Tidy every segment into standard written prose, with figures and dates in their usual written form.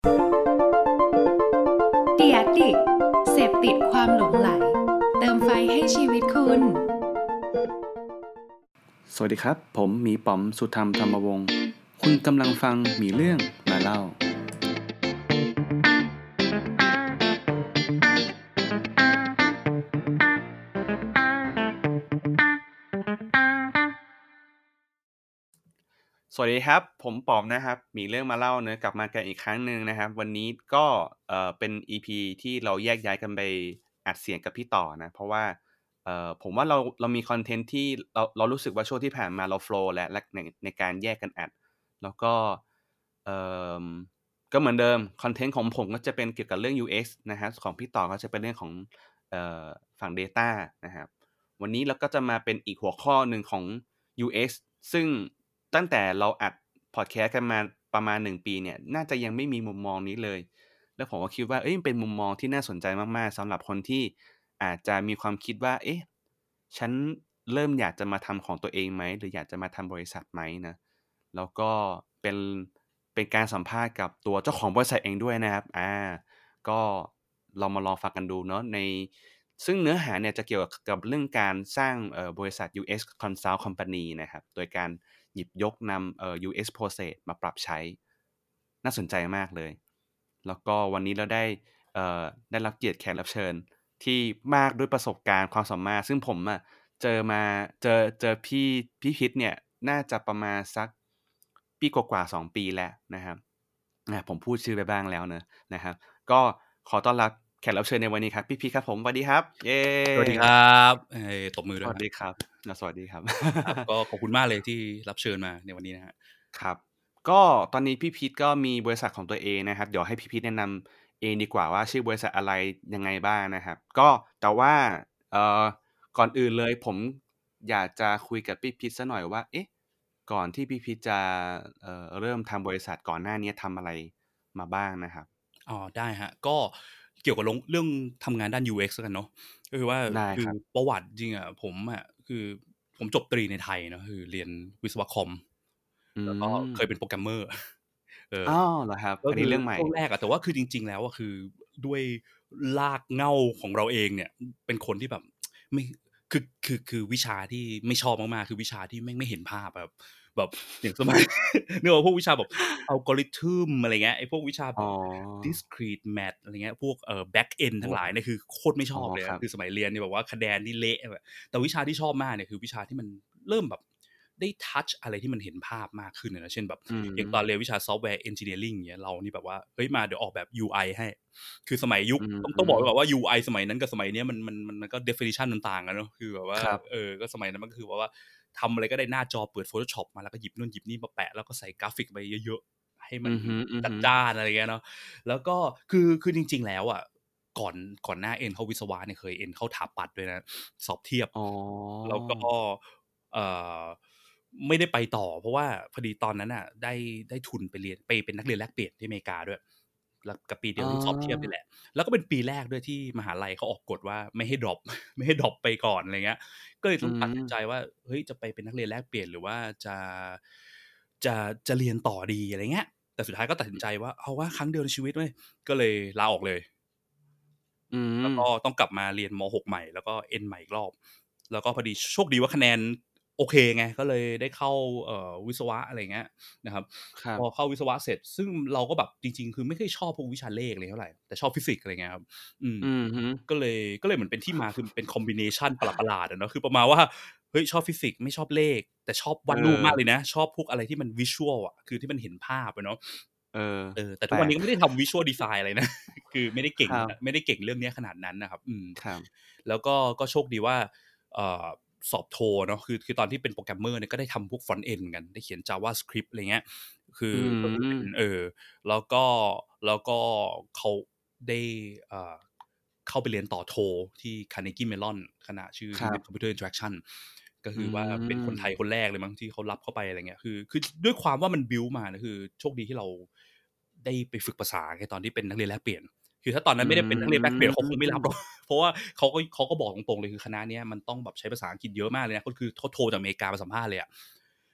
The Addict เสพติดความหลงใหลเติมไฟให้ชีวิตคุณสวัสดีครับผมหมีป๋อมสุธรรมธรรมวงศ์คุณกำลังฟังหมีเรื่องมาเล่าสวัสดีครับผมป๋อมนะครับมีเรื่องมาเล่าเนอะกลับมากันอีกครั้งหนึ่งนะครับวันนี้ก็เป็น EP ที่เราแยกย้ายกันไปอัดเสียงกับพี่ต่อนะเพราะว่าผมว่าเรามีคอนเทนต์ที่เรารู้สึกว่าช่วงที่ผ่านมาเราโฟลว์และในการแยกกันอัดแล้วก็เอ่อก็เหมือนเดิมคอนเทนต์ของผมก็จะเป็นเกี่ยวกับเรื่อง UX นะครับของพี่ต่อก็จะเป็นเรื่องของฝั่ง Data นะครับวันนี้เราก็จะมาเป็นอีกหัวข้อหนึ่งของ UX ซึ่งตั้งแต่เราอัดพอดแคสต์กันมาประมาณ1ปีเนี่ยน่าจะยังไม่มีมุมมองนี้เลยแล้วผมก็คิดว่ามันเป็นมุมมองที่น่าสนใจมากๆสำหรับคนที่อาจจะมีความคิดว่าฉันเริ่มอยากจะมาทำของตัวเองไหมหรืออยากจะมาทำบริษัทไหมนะแล้วก็เป็นการสัมภาษณ์กับตัวเจ้าของบริษัทเองด้วยนะครับก็เรามาลองฟังกันดูเนาะซึ่งเนื้อหาเนี่ยจะเกี่ยวกับเรื่องการสร้างบริษัท UX Consult Company นะครับโดยการหยิบยกนำUX Process มาปรับใช้น่าสนใจมากเลยแล้วก็วันนี้เราได้รับเกียรติแขกรับเชิญที่มากด้วยประสบการณ์ความสามารถซึ่งผมเจอพี่พิษเนี่ยน่าจะประมาณสักปีกว่าๆ2 ปีแล้วนะครับผมพูดชื่อไปบ้างแล้วเนอะนะครับก็ขอต้อนรับแขกรับเชิญในวันนี้ครับพี่พิษครับผมสวัสดีครับเย้สวัสดีครับตบมือสด้วยครับวัสดีครับสวัสดีครับครับก็ขอบคุณมากเลยที่รับเชิญมาในวันนี้นะครับครับก็ตอนนี้พี่พีทก็มีบริษัทของตัวเองนะครับเดี๋ยวให้พี่พีทแนะนำเองดีกว่าว่าชื่อบริษัทอะไรยังไงบ้างนะครับก็แต่ว่าเอ่อก่อนอื่นเลยผมอยากจะคุยกับพี่พีทสักหน่อยว่าก่อนที่พี่พีทจะเริ่มทำบริษัทก่อนหน้านี้ทำอะไรมาบ้างนะครับอ๋อได้ครับก็เกี่ยวกับเรื่องทำงานด้าน UX แล้วกันเนาะก็คือว่าคือได้ครับประวัติจริงอะผมอะคือผมจบตรีในไทยเนาะคือเรียนวิศวะคอมอืแล้วก็มเคยเป็นโปรแกรมเมอร์เอออ้าวเหรอครับก็คืออันนี้เรื่องใหม่ช่วงแรกอะแต่ว่าคือจริงๆแล้วอะคือด้วยรากเหง้าของเราเองเนี่ยเป็นคนที่แบบไม่คือวิชาที่ไม่ชอบมากๆคือวิชาที่แม่งไม่เห็นภาพอะแบบอย่างสมัย นึกออกพวกวิชาแบบ algorithm อะไรเงี้ยไอ้พวกวิชาอ๋อแบบ discrete math อะไรเงี้ยพวกback end ทั้งหลายเนี่ยคือโคตรไม่ชอ๋ออบเลยครับอะคือสมัยเรียนเนี่ยแบบว่าคะแนนนี่เละแบบแต่วิชาที่ชอบมากเนี่ยคือวิชาที่มันเริ่มแบบได้ทัชอะไรที่มันเห็นภาพมากขึ้นอะนะเช่นแบบอือย่างตอนเรียนมวิชา software engineering อย่างเงี้ยเรานี่แบบว่าเฮ้ยมาเดี๋ยวออกแบบ UI ให้คือสมัยยุคอืต้องบอกไว้ก่อนมว่า UI สมัยนั้นกับสมัยเนี้ยมันก็ definition มันต่างกันเนาะคือแบบว่าครับก็สมัยนั้นมันก็คือว่าทำอะไรก็ได้หน้าจอเปิด Photoshop มาแล้วก็หยิบนู่นหยิบนี่มาแปะแล้วก็ใส่กราฟิกไปเยอะๆให้มันอือฮึจัดจ้านอะไรเงี้ยเนาะแล้วก็คือจริงๆแล้วอะก่อนหน้าเอ็นเข้าวิศวะเนี่ยเคยเอ็นเข้าถาปัตย์ด้วยนะสอบเทียบอ๋อแล้วก็เอ่อไม่ได้ไปต่อเพราะว่าพอดีตอนนั้นน่ะได้ทุนไปเรียนไปเป็นนักเรียนแลกเปลี่ยนที่อเมริกาด้วยแล้วกับปีเดีอ๋ยวที่สอบเทียบนี่อแหละแล้วก็เป็นปีแรกด้วยที่มหาลัยเขาออกกฎว่าไม่ให้ดร็อปไม่ให้ดร็อปไปก่อนอะไรเงี้ย ก็เลยอืต้องตัดสินใจมว่าเฮ้ยจะไปเป็นนักเรียนแลกเปลี่ยนหรือว่าจะจะเรียนต่อดีอะไรเงี้ยแต่สุดท้ายก็ตัดสินใจว่าเอาว่าครั้งเดียวในชีวิตเว้ยก็เลยลาออกเลยอืแล้วมก็ต้องกลับมาเรียนม6ใหม่แล้วก็เอ็นใหม่อีกรอบแล้วก็พอดีโชคดีว่าคะแนนโอเคไงก็เลยได้เข้าวิศวะอะไรเงี้ยนะครับครับพอเข้าวิศวะเสร็จซึ่งเราก็แบบจริงๆคือไม่ค่อยชอบพวกวิชาเลขอะไรเท่าไรแต่ชอบฟิสิกส์อะไรเงี้ยครับอืมอือฮึก็เลยเหมือนเป็นที่มาคือเป็นคอมบิเนชันประหลาดๆอะเนาะคือประมาณว่าเฮ้ยชอบฟิสิกส์ไม่ชอบเลขแต่ชอบเอวาดรูปอมากเลยนะชอบพวกอะไรที่มัน visual อะคือที่มันเห็นภาพอะเนาะเออแต่ทุแปลกกวันนี้ก็ไม่ได้ทำ visual design อะไรนะคือไม่ได้คเก่งรับไม่ได้เก่งเรื่องเนี้ยขนาดนั้นน่ะครับครับแล้วก็โชคดีว่าเอ่อสอบโทเนาะคือตอนที่เป็นโปรแกรมเมอร์เนี่ยก็ได้ทำพวก front end เหมือนกันได้เขียน JavaScript อะไรเงี้ยคืออืก็คือเป็นมแล้วก็แล้วก็เขาได้เอ่อเข้าไปเรียนต่อโทที่ Carnegie Mellon คณะชื่อครั Human บ Computer Interaction ก็อืคือว่าเป็นคนไทยคนมแรกเลยมั้งที่เขารับเข้าไปอะไรเงี้ยคือด้วยความว่ามันบิลด์มานะคือโชคดีที่เราได้ไปฝึกภาษาไงตอนที่เป็นนักเรียนแลกเปลี่ยนคือถ้าตอนนั้อืนไม่ได้เป็นนักเรียนแลกเปลี่ยนเขาคงไม่รับหรอกมเพราะว่าเขาก็บอกตรงๆเลยคือคณะเนี้ยมันต้องแบบใช้ภาษาอังกฤษเยอะมากเลยนะก็คือเขาโทรจากอเมริกามาสัมภาษณ์เลยอะ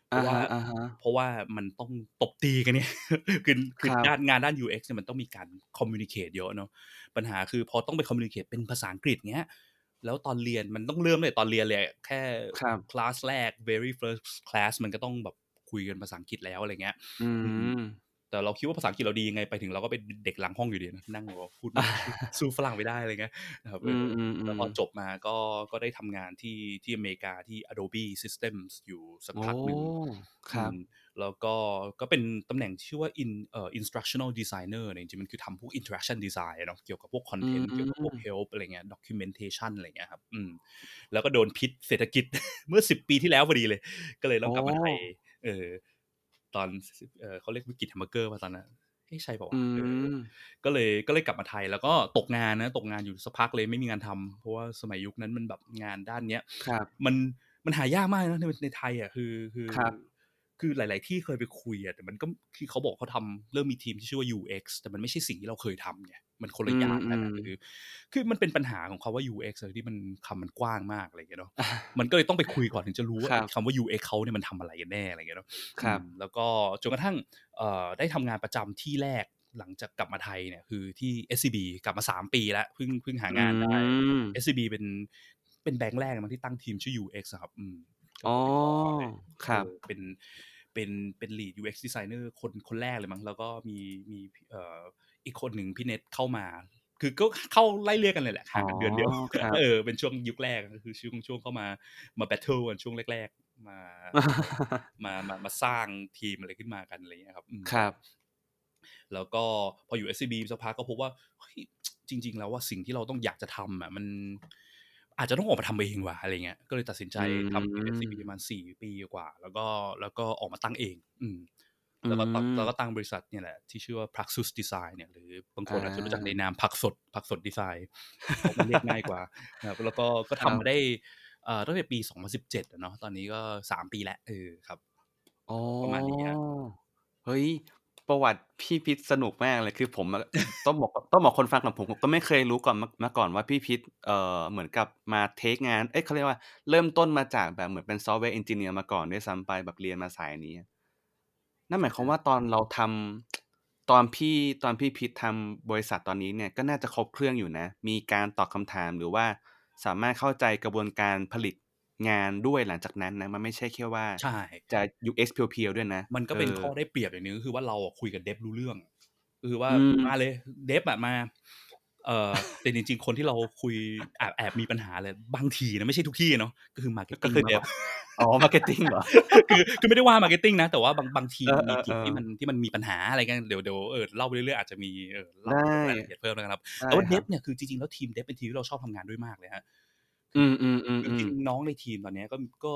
เพราะว่าเพราะว่ามันต้องตบตีกันเนี่ย คืองานด้าน UX เนี่ยมันต้องมีการ communicate เยอะเนาะปัญหาคือพอต้องไป communicate เป็นภาษาอังกฤษเงี้ยแล้วตอนเรียนมันต้องเริ่มเลยตอนเรียนเลยแค่คลาสแรก very first class มันก็ต้องแบบคุยกันภาษาอังกฤษแล้วอะไรเงี้ยแต่เราคิดว่าภาษาอังกฤษเราดียังไงไปถึงเราก็เป็นเด็กหลังห้องอยู่ดีนะนั่งบอกพูดสู้ฝรั่งไม่ได้อะไรเงี้ยนะครับแล้วพอจบมาก็ได้ทำงานที่อเมริกาที่ Adobe Systems อยู่สักพักนึงแล้วก็เป็นตำแหน่งที่ชื่อว่าinstructional designer เนี่ยจริงๆมันคือทำพวก interaction design เนาะเกี่ยวกับพวก content เกี่ยวกับพวก help อะไรเงี้ย documentation อะไรเงี้ยครับแล้วก็โดนพิษเศรษฐกิจ เมื่อ10 ปีที่แล้วพอดีเลยก็เลยต้องกลับมาไทยตอนเขาเรียกวิกฤตแฮมเบอร์เกอร์มาตอนนั้นใช่ป่าวก็เลยกลับมาไทยแล้วก็ตกงานอยู่สักพักเลยไม่มีงานทำเพราะว่าสมัยยุคนั้นมันแบบงานด้านเนี้ยมันหายากมากนะในไทยอ่ะคือหลายๆที่เคยไปคุยอ่ะแต่มันก็ที่เขาบอกเขาทำเริ่มมีทีมที่ชื่อว่า UX แต่มันไม่ใช่สิ่งที่เราเคยทำไงมันคนละอย่างกันคือมันเป็นปัญหาของเขาว่า UX ที่มันคำมันกว้างมากอะไรอย่างเงี้ยเนาะมันก็เลยต้องไปคุยก่อนถึงจะรู้ว่าคำว่า UX เขาเนี่ยมันทำอะไรกันแน่อะไรอย่างเงี้ยเนาะแล้วก็จนกระทั่งได้ทำงานประจำที่แรกหลังจากกลับมาไทยเนี่ยคือที่ SCB กลับมา3 ปีแล้วเพิ่งหางานได้ SCB เป็นแบงค์แรกมั้งที่ตั้งทีมชื่อ UX ครับอ๋อครับเป็น lead UX designer คนแรกเลยมั้งแล้วก็มีอีกคนหนึ่งพี่เน็ตเข้ามาคือก็เข้าไล่เรียกกันเลยแหละห่างกันเดือนเดียวเป็นช่วงยุคแรกก็คือช่วงเข้ามาแบทเทิลกันช่วงแรกๆมาสร้างทีมอะไรขึ้นมากันอะไรอย่างเงี้ยครับครับแล้วก็พออยู่ SCB สักพักก็พบว่าจริงๆแล้วว่าสิ่งที่เราต้องอยากจะทำอ่ะมันอาจจะต้องออกมาทำเองว่ะอะไรเงี้ยก็เลยตัดสินใจทำที่ SCB ประมาณ4 ปีกว่าแล้วก็ออกมาตั้งเองแล้วก็ตั้งบริษัทเนี่ยแหละที่ชื่อว่า Praxis Design เนี่ยหรือบางคนอาจจะรู้จักในนามผักสดดีไซน์มันเรียกง่ายกว่านะครับแล้วก็ทำมาได้ตั้งแต่ปี2017เนาะตอนนี้ก็3 ปีแล้วครับประมาณนี้ครับเฮ้ยประวัติพี่พิษสนุกมากเลยคือผมต้องบอกคนฟังกับผมก็ไม่เคยรู้ก่อนมาก่อนว่าพี่พิษเหมือนกับมาเทคงานเขาเรียกว่าเริ่มต้นมาจากแบบเหมือนเป็นซอฟต์แวร์เอนจิเนียร์มาก่อนด้วยซ้ำไปแบบเรียนมาสายนี้นั่นหมายความว่าตอนเราทำตอนพี่พิษทำบริษัทตอนนี้เนี่ยก็น่าจะครบเครื่องอยู่นะมีการตอบคำถามหรือว่าสามารถเข้าใจกระบวนการผลิตงานด้วยหลังจากนั้นนะมันไม่ใช่แค่ว่าจะ UX เพียวๆด้วยนะมันก็เป็นข้อได้เปรียบอย่างนึงก็คือว่าเราคุยกับเดฟรู้เรื่องคือว่ามาเลยเดฟมาแต่จริงๆคนที่เราคุยแอบมีปัญหาเลยบางทีนะไม่ใช่ทุกที่เนาะก็คือมาร์เก็ตติ้งเดฟมาร์เก็ตติ้งเหรอคือไม่ได้ว่ามาร์เก็ตติ้งนะแต่ว่าบางทีมีจุดที่มันมีปัญหาอะไรกันเดี๋ยวเล่าไปเรื่อยๆอาจจะมีเล่ารายละเอียดเพิ่มนะครับแต่ว่าเดฟเนี่ยคือจริงๆแล้วทีมเดฟเป็นทีมที่เราชอบทำงานด้วยมากเลยฮะจริงๆน้องในทีมตอนนี้ก็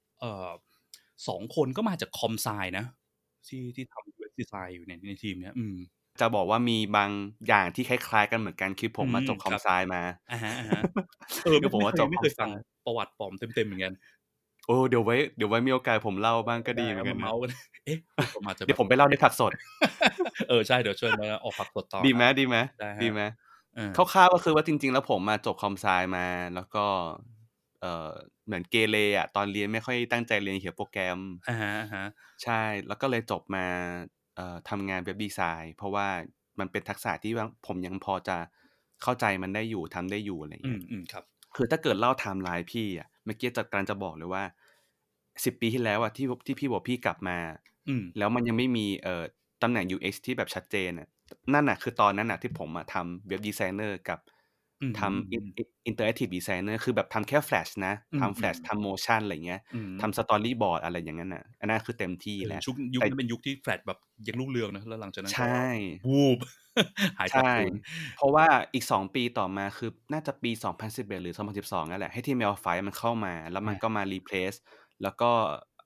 2 คนก็มาจากคอมไซนะที่ทำ UX design อยู่ในทีมเนี้ยจะบอกว่ามีบางอย่างที่คล้ายๆกันเหมือนกันคือผมมาจบคอมไซมาผมไม่เคยฟังประวัติปอมเต็มๆเหมือนกันเดี๋ยวไว้มีโอกาสผมเล่าบ้างก็ดีเหมือนกันนะเดี๋ยวผมไปเล่าในผักสดใช่เดี๋ยวชวนมาออกผักสดต่อดีไหมคร่าวๆก็คือว่าจริงๆแล้วผมมาจบคอมไซมาแล้วก็เหมือนเกเรอ่ะตอนเรียนไม่ค่อยตั้งใจเรียนเขียนโปรแกรมใช่แล้วก็เลยจบมาทำงานเว็บดีไซน์เพราะว่ามันเป็นทักษะที่ว่าผมยังพอจะเข้าใจมันได้อยู่ทำได้อยู่อะไรอย่างเงี้ยครับคือถ้าเกิดเล่าไทม์ไลน์พี่อ่ะเมื่อกี้จะบอกเลยว่า10 ปีที่แล้วอ่ะที่พี่บอกพี่กลับมาแล้วมันยังไม่มีตำแหน่ง UX ที่แบบชัดเจนอ่ะนั่นน่ะคือตอนนั้นน่ะที่ผมทำเว็บดีไซเนอร์กับทำinteractive designer คือแบบทำแค่ Flash นะทำ Flash ทำ motion อะไรเงี้ยทำ storyboard อะไรอย่างนั้นน่ะอันนั้นคือเต็มที่แล้วยุคนั้นเป็นยุคที่ Flash แบบยังรุ่งเรืองนะแล้วหลังจากนั้นก็วูบหายไปเพราะว่าอีก2 ปีต่อมาคือน่าจะปี2011หรือ2012นั่นแหละ HTML5 มันเข้ามาแล้วมันก็มา replace แล้วก็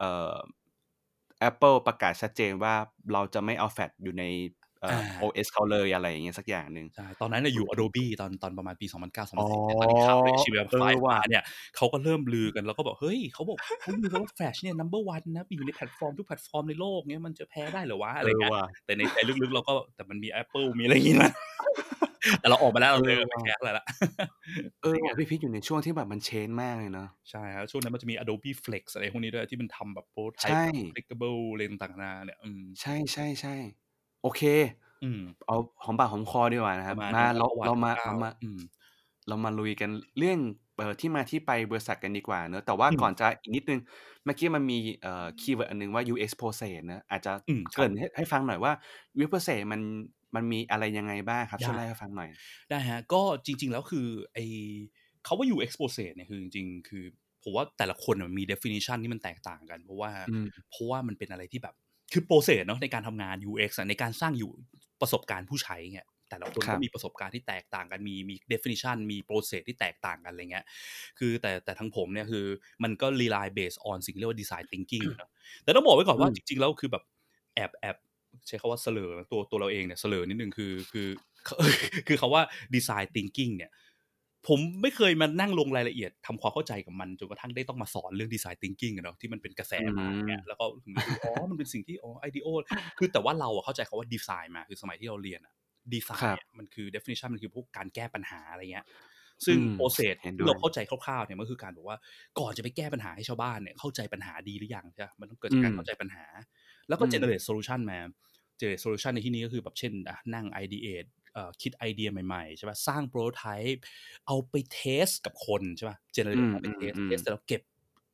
Apple ประกาศชัดเจนว่าเราจะไม่เอา Flash อยู่ในOS เขาเลยอะไรอย่างเงี้ยสักอย่างนึงใช่ตอนนั้นอยู่ Adobe ตอนประมาณปี2009-2010ตอนที่ข่าว HTML5 มาเนี่ยเขาก็เริ่มลือกันแล้วก็บอกเฮ้ยเขาบอกเขาลือว่า Flash เนี่ย number 1นะอยู่ในแพลตฟอร์มทุกแพลตฟอร์มในโลกเงี้ยมันจะแพ้ได้เหรอวะอะไรเงี้ยแต่ในใจลึกๆเราก็แต่มันมี Apple มีอะไรอย่างงี้นะแต่เราออกมาแล้วเอเราอเลยไม่ว่ะแคร์เท่าไรแล้วว่ะพี่พีชอยู่ในช่วงที่แบบมัน change มากเลยเนาะใช่ครับ ช่วงนั้นมันจะมี Adobe Flex อะไรพวกนี้ด้วย ที่มันทำแบบใช prototype แบบ clickable อะไรต่างๆ นานาเนี่ยใช่ ๆ ๆ โอเคอืมเอาหอมปากหอมคอดีกว่านะคปรับระมาณมานี้ครัเรบ ประวัเตราิมาคร่าวๆเรามาลุยกันเรื่องที่มาที่ไปบริษัทกันดีกว่าเนาะ แต่ว่าก่อนจะอีกนิดหนึ่ง เมื่อกี้มันมีคีย์เวิร์ดอันหนึ่งว่า UX process เนาะ อาจจะคเกรับริ่นให้ฟังหน่อยว่า UX process มันมีอะไรยังไงบ้างครับไดช่วยเล่าให้ฟังหน่อยได้ครับ ก็จริง ๆ แล้วคือคำว่า UX process เนี่ยคือจริง ๆ คือผมว่าแต่ละคนมันมี definition ที่มันแตกต่างกัน เพราะว่ามันเป็นอะไรที่แบบคือ process เนาะในการทำงาน UX ในการสร้างประสบการณ์ผู้ใช้เงี้ยแต่ละคนก็มีประสบการณ์ที่แตกต่างกันมี definition มี process ที่แตกต่างกันอะไรเงี้ยคือแต่ทั้งผมเนี่ยคือมันก็ rely based on สิ่งที่เรียกว่า design thinking เนาะแต่ต้องบอกไว้ก่อนว่าจริงๆแล้วคือแบบแอบใช้คำว่าเสลอตัวเราเองเนี่ยเสลอนิดนึงคือคำว่า design thinking เนี่ยผมไม่เคยมานั่งลงรายละเอียดทำความเข้าใจกับมันจนกระทั่งได้ต้องมาสอนเรื่อง design thinking อะเนาะที่มันเป็นกระแสมาอย่างเงี้ยแล้วก็ถึงได้รู้มันเป็นสิ่งที่ideal คือแต่ว่าเราเข้าใจคำว่า design มาคือสมัยที่เราเรียนอะ design เนี่ยมันคือ definition มันคือพวกการแก้ปัญหาอะไรเงี้ยซึ่ง process ที่เราเข้าใจคร่าวๆเนี่ยมันคือการบอกว่าก่อนจะไปแก้ปัญหาให้ชาวบ้านเนี่ยเข้าใจปัญหาดีหรือยังใช่ป่ะมันต้องเกิดจากการเข้าใจปัญหาแล้วก็ generate solution มา generate solution ในที่นี้ก็คือแบบเช่นนั่ง ideate คิดไอเดียใหม่ๆใช่ป่ะสร้าง prototype เอาไป test กับคนใช่ป่ะ generate เอาไป test เสร็จแล้วเก็บ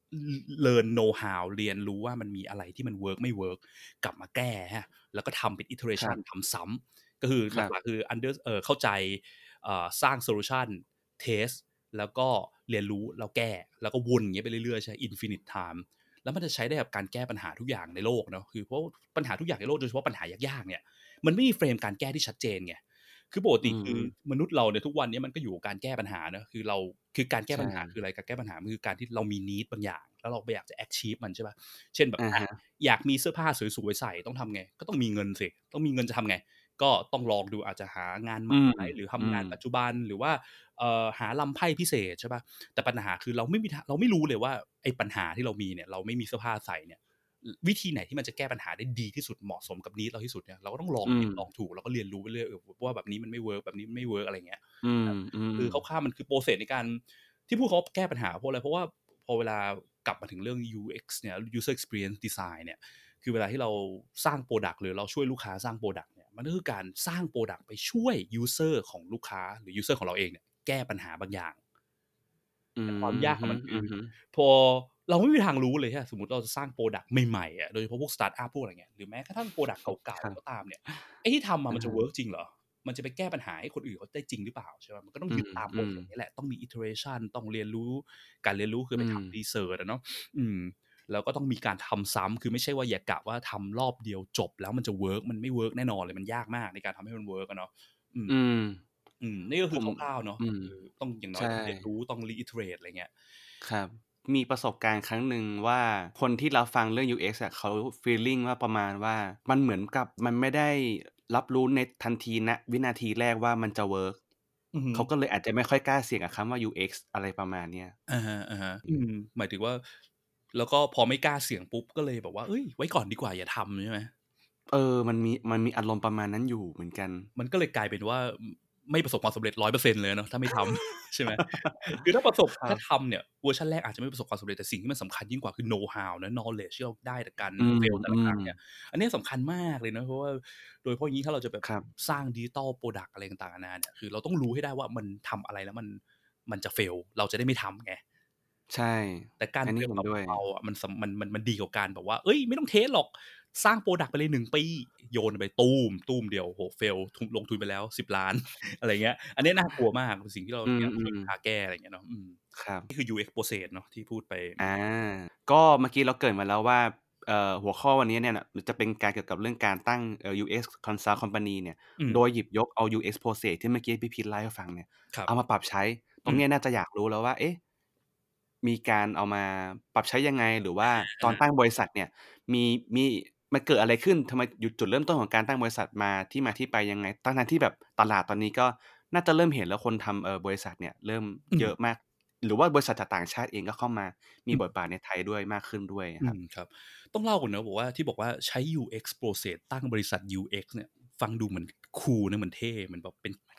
learn know how เรียนรู้ว่ามันมีอะไรที่มัน work ไม่ work กลับมาแก้ฮะแล้วก็ทำเป็น iteration ทำซ้ำก็คือหลักๆคือเข้าใจสร้าง solution test แล้วก็เรียนรู้แล้วแก้แล้วก็วนอย่างเงี้ยไปเรื่อยๆใช่ infinite time แล้วมันจะใช้ได้กับการแก้ปัญหาทุกอย่างในโลกเนาะคือเพราะปัญหาทุกอย่างในโลกโดยเฉพาะปัญหายากๆเนี่ยมันไม่มีเฟรมการแก้ที่ชัดเจนไงคือปกติคือมนุษย์เราเนี่ยทุกวันนี้มันก็อยู่กับการแก้ปัญหาเนาะคือการแก้ปัญหาคืออะไรการแก้ปัญหามันคือการที่เรามี need บางอย่างแล้วเราอยากจะ achieve มันใช่ป่ะเช่นแบบอยากมีเสื้อผ้าสวยๆใส่ต้องทำไงก็ต้องมีเงินสิต้องมีเงินจะทำไงก็ต้องลองดูอาจจะหางานใหม่หรือทำงานปัจจุบันหรือว่าหาลำไพ่พิเศษใช่ป่ะแต่ปัญหาคือเราไม่รู้เลยว่าไอ้ปัญหาที่เรามีเนี่ยเราไม่มีเสื้อผ้าใส่เนี่ยวิธีไหนที่มันจะแก้ปัญหาได้ดีที่สุดเหมาะสมกับนี้เราที่สุดเนี่ยเราก็ต้องลองผิดลองถูกแล้วก็เรียนรู้ไปเรื่อยว่าแบบนี้มันไม่เวิร์กแบบนี้มันไม่เวิร์กอะไรเงี้ยคือคร่าวๆมันคือโปรเซสในการที่พูดเขาแก้ปัญหาเพราะอะไรเพราะว่าพอเวลากลับมาถึงเรื่อง UX เนี่ย user experience design เนี่ยคือเวลาที่เราสร้าง product หรือเราช่วยลูกค้าสร้าง product เนี่ยมันก็คือการสร้าง product ไปช่วย user ของลูกค้าหรือ user ของเราเองเนี่ยแก้ปัญหาบางอย่างแต่ความยากของมันคือพอเราไม่มีทางรู้เลยใช่สมมติเราจะสร้าง product ใหม่ๆอ่ะโดยเฉพาะพวก startup พวกอะไรเงี้ยหรือแม้กระทั่ง product เก่าๆก็ตามเนี่ยไอ้ที่ทำมันจะ work จริงเหรอมันจะไปแก้ปัญหาให้คนอื่นเขาได้จริงหรือเปล่าใช่ไหมมันก็ต้องยึดตามโปรเซสนี้แหละต้องมี iteration ต้องเรียนรู้การเรียนรู้คือไปทำ research เนาะแล้วก็ต้องมีการทำซ้ำคือไม่ใช่ว่าอย่ากะว่าทำรอบเดียวจบแล้วมันจะเวิร์กมันไม่เวิร์กแน่นอนเลยมันยากมากในการทำให้มันเวิร์กเนาะนี่ก็คือคร่าวๆเนาะต้องอย่างน้อยต้องเรียนรู้ต้อง reiterate อะไรเงี้ยครับมีประสบการณ์ครั้งหนึ่งว่าคนที่รับฟังเรื่อง UX อะเขา feeling ว่าประมาณว่ามันเหมือนกับมันไม่ได้รับรู้ในทันทีณวินาทีแรกว่ามันจะเวิร์กเขาก็เลยอาจจะไม่ค่อยกล้าเสี่ยงกับคำว่า UX อะไรประมาณเนี้ยหมายถึงว่าแล้วก็พอไม่กล้าเสี่ยงปุ๊บก็เลยบอกว่าเอ้ยไว้ก่อนดีกว่าอย่าทำใช่ไหมมันมีอารมณ์ประมาณนั้นอยู่เหมือนกันมันก็เลยกลายเป็นว่าไม่ประสบความสำเร็จ 100% เลยเนาะถ้าไม่ทำ ใช่ไหมคือถ้าทำเนี่ยเวอร์ชันแรกอาจจะไม่ประสบความสำเร็จแต่สิ่งที่มันสำคัญยิ่งกว่าคือ know how นะ knowledge ที่เราได้จากการเฟลแต่ละครั้งเนี่ยอันนี้สำคัญมากเลยนะเพราะว่าโดยเฉพาะอย่างนี้ถ้าเราจะแบบสร้างดิจิตอลโปรดักต์อะไรต่างๆนานาเนี่ยคือเราต้องรู้ให้ได้ว่ามันทำอะไรแล้วมันจะเฟลเราจะได้ไม่ทำไงใช่แต่การเฟลแบบเราอ่ะมันดีกว่าการแบบว่าเอ้ยไม่ต้องเทสหรอกสร้างโปรดักต์ไปเลย1 ปีโยนไปตูมเดียวโหเฟลลงทุนไปแล้ว10 ล้านอะไรเงี้ยอันนี้น่ากลัวมากเป็นสิ่งที่เราอยากช่วยลูกค้าแก้อะไรเงี้ยเนาะนี่คือ UX process เนาะที่พูดไปก็เมื่อกี้เราเกริ่นมาแล้วว่าหัวข้อวันนี้เนี่ยจะเป็นการเกี่ยวกับเรื่องการตั้งUX Consult Company เนี่ยโดยหยิบยกเอา UX process ที่เมื่อกี้พี่พีทเล่าให้ฟังเนี่ยเอามาปรับใช้ตรงนี้น่าจะอยากรู้แล้วว่าเอ๊ะมีการเอามาปรับใช้ยังไงหรือว่าตอนตั้งบริษัทเนี่ยมีมันเกิดอะไรขึ้นทำไมจุดเริ่มต้นของการตั้งบริษัทมาที่ไปยังไงทั้งที่แบบตลาดตอนนี้ก็น่าจะเริ่มเห็นแล้วคนทำบริษัทเนี่ยเริ่มเยอะมากหรือว่าบริษัทจากต่างชาติเองก็เข้ามามีบทบาทในไทยด้วยมากขึ้นด้วยครับต้องเล่าก่อนนะบอกว่าใช้ UX process ตั้งบริษัท UX เนี่ยฟังดูเหมือนคูลนะเหมือนเท่เหมือนแบบเป็น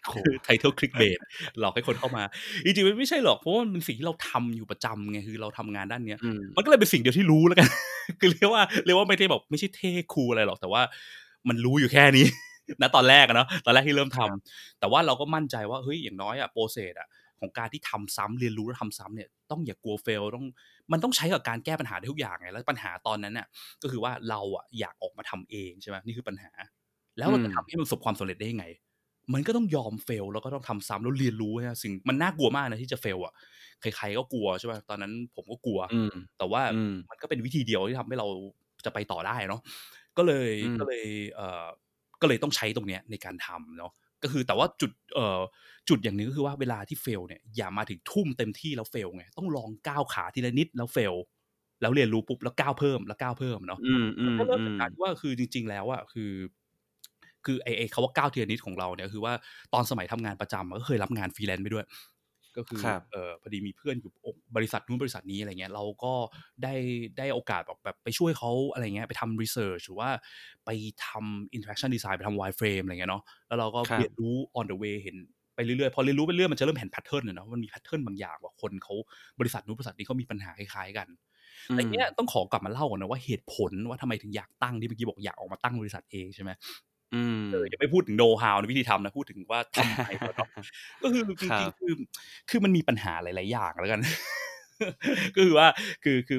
โอ้โฮ title clickbait หลอกให้คนเข้ามาจริงๆมันไม่ใช่หรอกเพราะว่ามันเป็นสิ่งที่เราทำอยู่ประจำไงคือเราทำงานด้านเนี้ยอืมมันก็เลยเป็นสิ่งเดียวที่รู้แล้วกัน คือเรียกว่าไม่ได้แบบไม่ใช่เท่คูลอะไรหรอกแต่ว่ามันรู้อยู่แค่นี้ ณตอนแรกอะเนาะตอนแรกที่เริ่มทำแต่ว่าเราก็มั่นใจว่าเฮ้ยอย่างน้อยอะโปรเซสอะของการที่ทำซ้ำเรียนรู้แล้วทำซ้ำเนี่ยต้องอย่ากลัวเฟลมันต้องใช้กับการแก้ปัญหาได้ทุกอย่างไงแล้วปัญหาตอนนั้นน่ะก็คือว่าเราอะอยากออกมาทำเองใช่ไหมนี่คือปัญหาแล้วเราจะทำให้มันประสบความสำเร็จได้ยังไงมันก็ต้องยอมเฟลแล้วก็ต้องทำซ้ำแล้วเรียนรู้นะสิ่งมันน่ากลัวมากนะที่จะเฟลอะใครๆก็กลัวใช่ป่ะตอนนั้นผมก็กลัวอืมแต่ว่าอืมมันก็เป็นวิธีเดียวที่ทำให้เราจะไปต่อได้เนาะก็เลยอืมก็เลยก็เลยต้องใช้ตรงเนี้ยในการทำเนาะก็คือแต่ว่าจุดอย่างหนึ่งก็คือว่าเวลาที่เฟลเนี่ยอย่ามาถึงทุ่มเต็มที่แล้วเฟลไงต้องลองก้าวขาทีละนิดแล้วเฟลแล้วเรียนรู้ปุ๊บแล้วก้าวเพิ่มแล้วก้าวเพิ่มเนาะอืมอืมันมก็เริ่มอืจากมการที่ว่าคือจริงๆแล้วอะคือไอ้คำว่าก้าวทีละนิดของเราเนี่ยคือว่าตอนสมัยทำงานประจำอะก็เคยรับงาน freelance ไปด้วย ก็คือครับพอดีมีเพื่อนอยู่บริษัทนู้นบริษัทนี้อะไรเงี้ยเราก็ได้โอกาสแบบไปช่วยเขาอะไรเงี้ยไปทำ research หรือว่าไปทำ interaction design ไปทำ wireframe อะไรเงี้ยเนาะแล้วเราก็ครับเรียนรู้ on the way เห็นไปเรื่อยๆพอเรียนรู้ไปเรื่อยมันจะเริ่มเห็น pattern อะเนาะมันมี pattern บางอย่างว่าคนเขาบริษัทนู้นบริษัทนี้เขามีปัญหาคล้ายๆกันแต่เนี้ยต้องขอกลับมาเล่าก่อนนะว่าเหตุผลว่าทำไมถึงอยากตั้งที่เมื่อกี้บอกอยากออกมาตั้งบริษัทเองใช่ไหมอืมอย่าไปพูดถึง know how ในวิธีทำนะพูดถึงว่าทำไมก่อนเนาะก็คือจครัริงบๆคือมันมีปัญหาหลายๆอย่างแล้วกัน ก็คือว่าคือ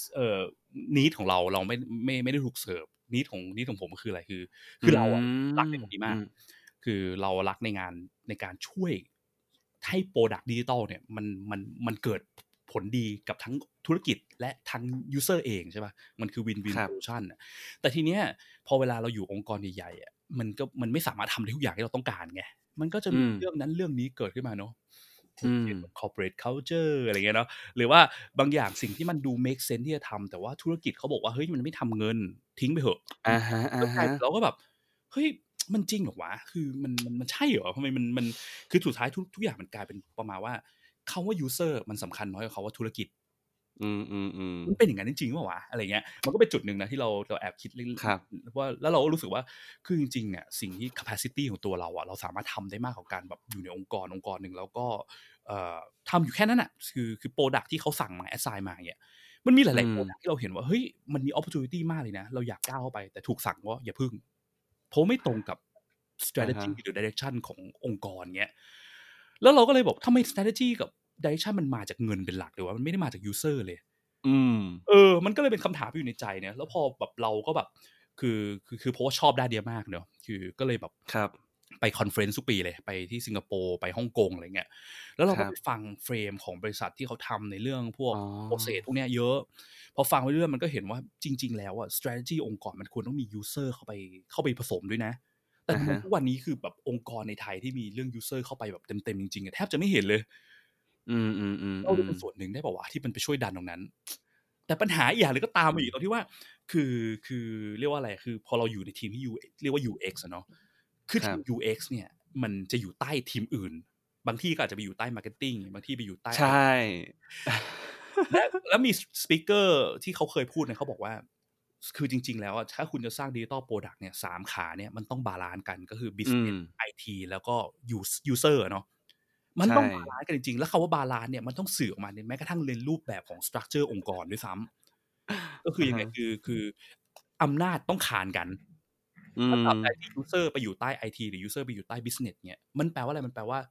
need ของเราไม่ได้ถูกเสิร์ฟ need ของผมก็คืออะไรคือเราอะรักในตรงนี้มากคือเรารักในการช่วยให้ product digital เนี่ยมันเกิดผลดีกับทั้งธุรกิจและทั้ง user เองใช่ป่ะมันคือ win-win ครับ solution น่ะแต่ทีเนี้ยพอเวลาเราอยู่องค์กรใหญ่ๆอะมันไม่สามารถทำได้ทุกอย่างที่เราต้องการไงมันก็จะมีเรื่องนั้นเรื่องนี้เกิดขึ้นมาเนาะอืม corporate culture อะไรเงี้ยเนาะหรือว่าบางอย่างสิ่งที่มันดู make sense ที่จะทำแต่ว่าธุรกิจเขาบอกว่าเฮ้ยมันไม่ทำเงินทิ้งไปเถอะอะฮะก็กลายเป็นๆเราก็แบบเฮ้ยมันจริงเหรอวะคือมันใช่เหรอทำไมมันคือสุดท้ายทุกอย่างมันกลายเป็นประมาณว่าคำว่า user มันสำคัญน้อยกว่าคำว่าธุรกิจอืมมันเป็นอย่างนั้นจริงๆเปล่าวะอะไรเงี้ยมันก็เป็นจุดหนึ่งนะที่เราแอบคิดเล่นครับว่าแล้วเราก็รู้สึกว่าคือจริงๆเนี่ยสิ่งที่ capacity ของตัวเราอะเราสามารถทำได้มากกว่าการแบบอยู่ในองค์กรหนึ่งแล้วก็ทำอยู่แค่นั้นน่ะคือ product ที่เขาสั่งมา assign มาอย่างเงี้ยมันมีหลายๆ product ที่เราเห็นว่าเฮ้ยมันมี opportunity มากเลยนะเราอยากก้าวเข้าไปแต่ถูกสั่งว่าอย่าพึ่งเพราะไม่ตรงกับ strategy หรือ direction ขององค์กรเงี้ยแล้วเราก็เลยบอกทำไม strategy กับ direction มันมาจากเงินเป็นหลักเลยวะมันไม่ได้มาจาก user เลยอืมมันก็เลยเป็นคำถามที่อยู่ในใจเนี่ยแล้วพอแบบเราก็แบบคือเพราะว่าชอบด้านเนี้ยมากเนาะคือก็เลยแบบครับไปคอนเฟอเรนซ์ทุกปีเลยไปที่สิงคโปร์ไปฮ่องกงอะไรเงี้ยแล้วเราครัก็บไปฟังเฟรมของบริษัทที่เขาทำในเรื่องพวกอ๋อโปรเซสพวกเนี้ยเยอะพอฟังไปเรื่อยมันก็เห็นว่าจริง ๆ แล้วอะ strategy องค์กรมันควรต้องมี user เข้าไปผสมด้วยนะแต่อะฮะทุกวันนี้คือแบบองค์กรในไทยที่มีเรื่อง user เข้าไปแบบเต็มๆจริงๆอะแทบจะไม่เห็นเลยอืมเราจะเป็นส่วนหนึ่งได้เปล่าวะที่มันไปช่วยดันตรงนั้น แต่ปัญหาอีกอย่างหนึ่งก็ตามมาอีกตรงที่ว่าคือเรียกว่าอะไรคือพอเราอยู่ในทีมที่ เรียกว่า UX อะเนาะคือครัทีบม UX เนี่ยมันจะอยู่ใต้ทีมอื่น บางที่ก็อาจจะไปอยู่ใต้ marketing บางที่ไปอยู่ใต้ใช่แล้วมีสปีกเกอร์ที่เขาเคยพูดเนี่ยเขาบอกว่าคือจริง ๆ แล้วอะถ้าคุณจะสร้าง digital product เนี่ย3ขาเนี่ยมันต้องบาลานซ์กันก็คืออื business ม IT แล้วก็ user อะเนาะมันใช่ต้องบาลานซ์กันจริงๆแล้วคำว่าบาลานซ์เนี่ยมันต้องสื่อออกมาในแม้กระทั่งในรูปแบบของ structure องค์กรด้วยซ้ำก็คือยังไงคืออำนาจต้องคานกันอืถ้าตราบมใดที่ user ไปอยู่ใต้ IT หรือ user ไปอยู่ใต้ business เนี่ยมันแปลว่าอะไรมันแปลว่า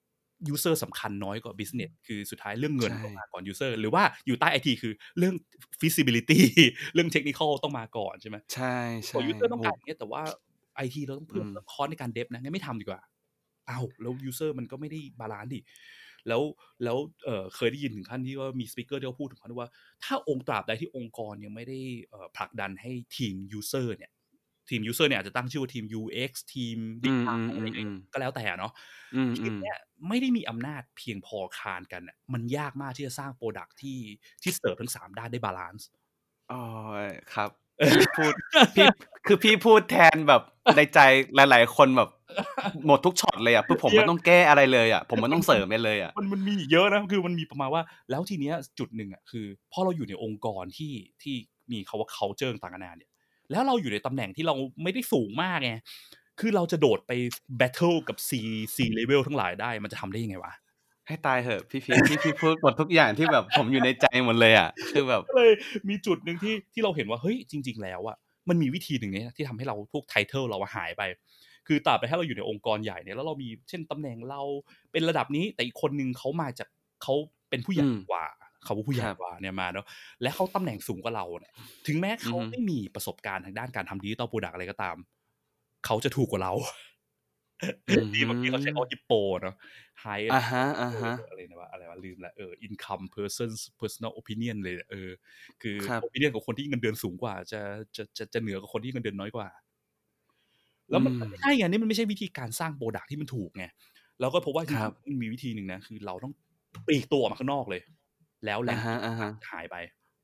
user สำคัญน้อยกว่า business คือสุดท้ายเรื่องเงินใช่ต้องมาก่อน user หรือว่าอยู่ใต้ IT คือเรื่อง feasibility เรื่อง technical ต้องมาก่อนใช่ไหมใช่พอ user ต้อโอ้งการอย่างเงี้ยแต่ว่า IT เราต้องเพิ่มคอสในการ dev นะงั้นไม่ทำดีกว่าอ้าวแล้ว user มันก็ไม่ได้บาลานซ์ดิแล้วเคยได้ยินถึงขั้นที่ว่ามีสปีกเกอร์ที่เขาพูดถึงขั้นว่าถ้าตราบใดที่องค์กรยังไม่ได้ผลักดันให้ทีม user เนี่ยทีม user เนี่ยอาจจะตั้งชื่อว่าทีม UX ทีมอืม design อะไรอย่างเงี้ยก็แล้วแต่เนาะ ทีมเนี่ยไม่ได้มีอำนาจเพียงพอคานกันน่ะมันยากมากที่จะสร้าง product ที่เสิร์ฟทั้ง3ด้านได้บาลันซ์โอ๊ยครับ พี่พูด พี่พูดแทนแบบในใจหลายๆคนแบบหมดทุกช็อตเลยอะคือผมไม่ต้องแก้อะไรเลยอะผมไม่ต้องเสริมอะไรเลยอะมันมีอีกเยอะนะคือมันมีประมาณว่าแล้วทีเนี้ยจุดหนึ่งอะคือพอเราอยู่ในองค์กรที่มีคำว่า culture ต่างๆนานาเนี่ยแล้วเราอยู่ในตำแหน่งที่เราไม่ได้สูงมากไงคือเราจะโดดไปแบทเทิลกับ C level ทั้งหลายได้มันจะทำได้ยังไงวะให้ตายเหอะพี่พีทพี่พูดหมดทุกอย่างที่แบบผมอยู่ในใจหมดเลยอ่ะคือแบบก็เลยมีจุดหนึ่งที่เราเห็นว่าเฮ้ยจริงๆแล้วอ่ะมันมีวิธีหนึ่งเนี่ยที่ทำให้เราพวกไทเทิลเราหายไปคือตราบใดถ้าเราอยู่ในองค์กรใหญ่เนี่ยแล้วเรามีเช่นตำแหน่งเราเป็นระดับนี้แต่อีกคนนึงเขามาจากเขาเป็นผู้ใหญ่กว่าเขาผู้ใหญ่กว่าเนี่ยมาเนาะและเขาตำแหน่งสูงกว่าเราเนี่ยถึงแม้เขาไม่มีประสบการณ์ทางด้านการทำดิจิตอลโปรดักต์อะไรก็ตามเขาจะถูกกว่าเราที่บางทีเขาใช้คำว่าฮิปโปเนาะ high อะไรนะวะอะไรวะลืมละincome personal opinion เลยคือ opinion ของคนที่เงินเดือนสูงกว่าจะเหนือกว่าคนที่เงินเดือนน้อยกว่าแล้วมันไม่ใช่ไงนี่มันไม่ใช่วิธีการสร้างโปรดักต์ที่มันถูกไงแล้วก็พบว่าจริงๆมันมีวิธีหนึ่งนะคือเราต้องปลีกตัวออกมาข้างนอกเลยแล้วแรงหายไป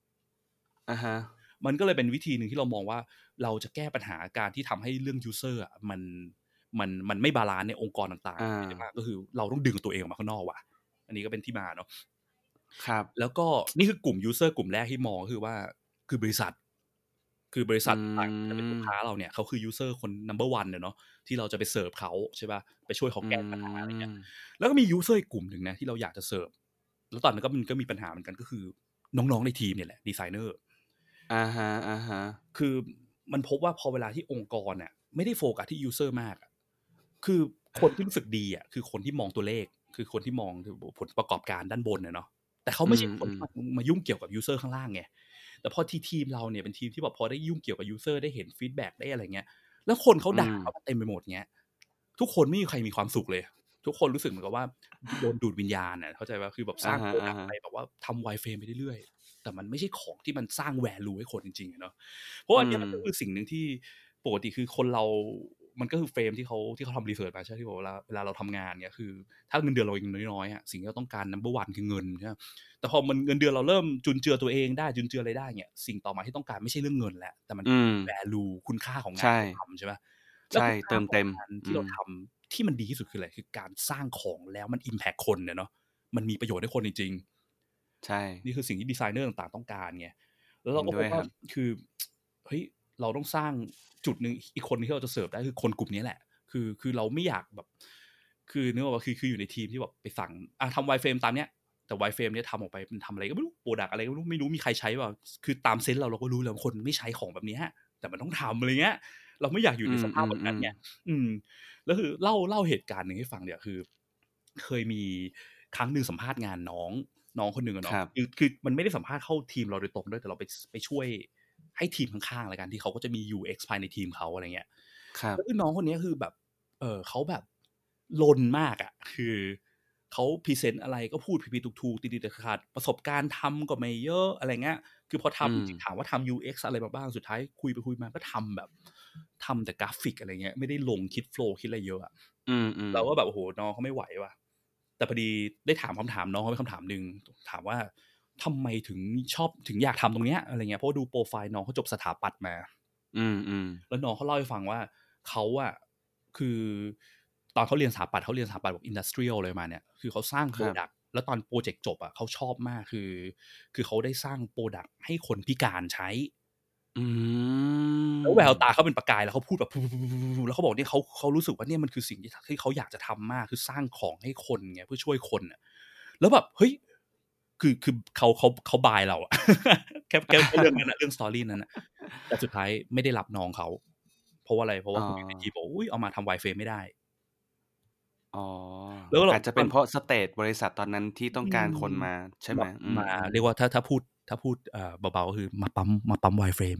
มันก็เลยเป็นวิธีหนึ่งที่เรามองว่าเราจะแก้ปัญหาการที่ทำให้เรื่อง user อ่ะมันไม่บาลานซ์ในองค์กรต่างๆใช่ไหมก็คือเราต้องดึงตัวเองออกมาข้างนอกว่ะอันนี้ก็เป็นที่มาเนาะครับแล้วก็นี่คือกลุ่ม user กลุ่มแรกที่มองคือว่าคือบริษัทต่างจะเป็นลูกค้าเราเนี่ยเขาคือ user คน number 1เนาะที่เราจะไปเสิร์ฟเขาใช่ป่ะไปช่วยเขาแก้ปัญหาอะไรเงี้ยแล้วก็มี user อีกกลุ่มหนึ่งนะที่เราอยากจะเสิร์ฟแล้วตอนนั้นก็มีปัญหาเหมือนกันก็คือน้องๆในทีมเนี่ยแหละดีไซเนอร์คือมันพบว่าพอเวลาที่องค์กรน่ะไม่ได้โฟกัสที่ user มากคือคนที่รู้สึกดีอ่ะคือคนที่มองตัวเลขคือคนที่มองผลประกอบการด้านบนเนาะแต่เขาไม่ใช่คนที่มายุ่งเกี่ยวกับ user ข้างล่างไงแต่พอทีมเราเนี่ยเป็นทีมที่แบบพอได้ยุ่งเกี่ยวกับ user ได้เห็นฟีดแบ็กได้อะไรเงี้ยแล้วคนเขาด่าเขาเต็มไปหมดเงี้ยทุกคนไม่มีใครมีความสุขเลยทุกคนรู้สึกเหมือนกับว่าโดนดูดวิญญาณน่ะเข้าใจป่ะคือแบบสร้างโปรดักต์ไปแบบว่าทำ wireframe ไปเรื่อยๆแต่มันไม่ใช่ของที่มันสร้าง value ให้คนจริงๆเนาะเพราะอันนี้มันก็คือสิ่งนึงที่ปกติคือคนเรามันก็คือเฟรมที่เขาทำรีเสิร์ชมาใช่ที่บอกเวลาเราทำงานเนี่ยคือถ้าเงินเดือนเรายังน้อยๆอ่ะสิ่งที่เราต้องการ number 1คือเงินใช่ไหมแต่พอมันเงินเดือนเราเริ่มจุนเจือตัวเองได้จุนเจืออะไรได้เนี่ยสิ่งต่อมาที่ต้องการไม่ใช่เรื่องเงินแล้วแต่มัน value คุณค่าของงานที่เราทำใช่ไหมแล้วคุณค่าของงานที่เราทำที่มันดีที่สุดคืออะไรคือการสร้างของแล้วมัน impact คนเนี่ยเนาะมันมีประโยชน์ให้คนจริงๆใช่นี่คือสิ่งที่ดีไซเนอร์ต่างๆต้องการไงแล้วเราก็พบว่าคือเฮ้ยเราต้องสร้างจุดนึงอีกคนที่เราจะเสิร์ฟได้คือคนกลุ่มนี้แหละคือเราไม่อยากแบบคือนึกว่าคืออยู่ในทีมที่แบบไปสั่งทำ wireframe ตามเนี้ยแต่ wireframe เนี่ยทำออกไปมันทำอะไรก็ไม่รู้โปรดักอะไรก็ไม่รู้มีใครใช้ป่ะคือตามเซนส์เราก็รู้แล้วคนไม่ใช้ของแบบนี้แต่มันต้องทำอะไรเงี้ยเราไม่อยากอยู่ในสภาพแบบนั้นไงแล้วคือเล่าเหตุการณ์หนึ่งให้ฟังเนี่ยคือเคยมีครั้งหนึ่งสัมภาษณ์งานน้องคนหนึ่งอะเนาะคือมันไม่ได้สัมภาษณ์เข้าทีมเราโดยตรงด้วยแต่เราไปช่วยให้ทีมข้างๆอะไรกันที่เขาก็จะมี UX ภายในทีมเขาอะไรเงี้ยแล้วน้องคนนี้คือแบบเขาแบบลนมากอ่ะคือเขาพรีเซนต์อะไรก็พูดผิดๆถูกๆติดๆขัดประสบการณ์ทำก็ไม่เยอะอะไรเงี้ยคือพอทำจริงๆถามว่าทำ UX อะไรมาบ้างสุดท้ายคุยไปคุยมาก็ทำแต่กราฟิกอะไรเงี้ยไม่ได้ลงคิดโฟล์คิดอะไรเยอะอ่ะเราก็แบบโอ้โหน้องเขาไม่ไหวว่ะแต่พอดีได้ถามคำถามน้องเขาเป็นคำถามหนึ่งถามว่าทำไมถึงอยากทำตรงเนี้ยอะไรเงี้ยเพราะดูโปรไฟล์น้องเขาจบสถาปัตย์มาแล้วน้องเขาเล่าให้ฟังว่าเขาอะคือตอนเขาเรียนสถาปัตย์แบบอินดัสเทรียลเลยมาเนี่ยคือเขาสร้างโปรดักต์แล้วตอนโปรเจกต์จบอะเขาชอบมากคือเขาได้สร้างโปรดักต์ให้คนพิการใช้แล้วแววตาเขาเป็นประกายแล้วเขาพูดแบบแล้วเขาบอกเนี่ยเขารู้สึกว่าเนี่ยมันคือสิ่งที่เขาอยากจะทำมากคือสร้างของให้คนไงเพื่อช่วยคนอะแล้วแบบเฮ้ยคือเขาบายเราอะแค่เรื่องนั้นนะเรื่องสตอรี่นั้นนะแต่สุดท้ายไม่ได้รับน้องเขาเพราะว่าอะไรเพราะว่าคุณในทีบอกอุ้ยเอามาทำ wireframe ไม่ได้แล้วอาจจะเป็นเพราะสเตจบริษัทตอนนั้นที่ต้องการคนมาใช่ไหมมาเรียกว่าถ้าพูดเบาๆก็คือมาปั๊ม wireframe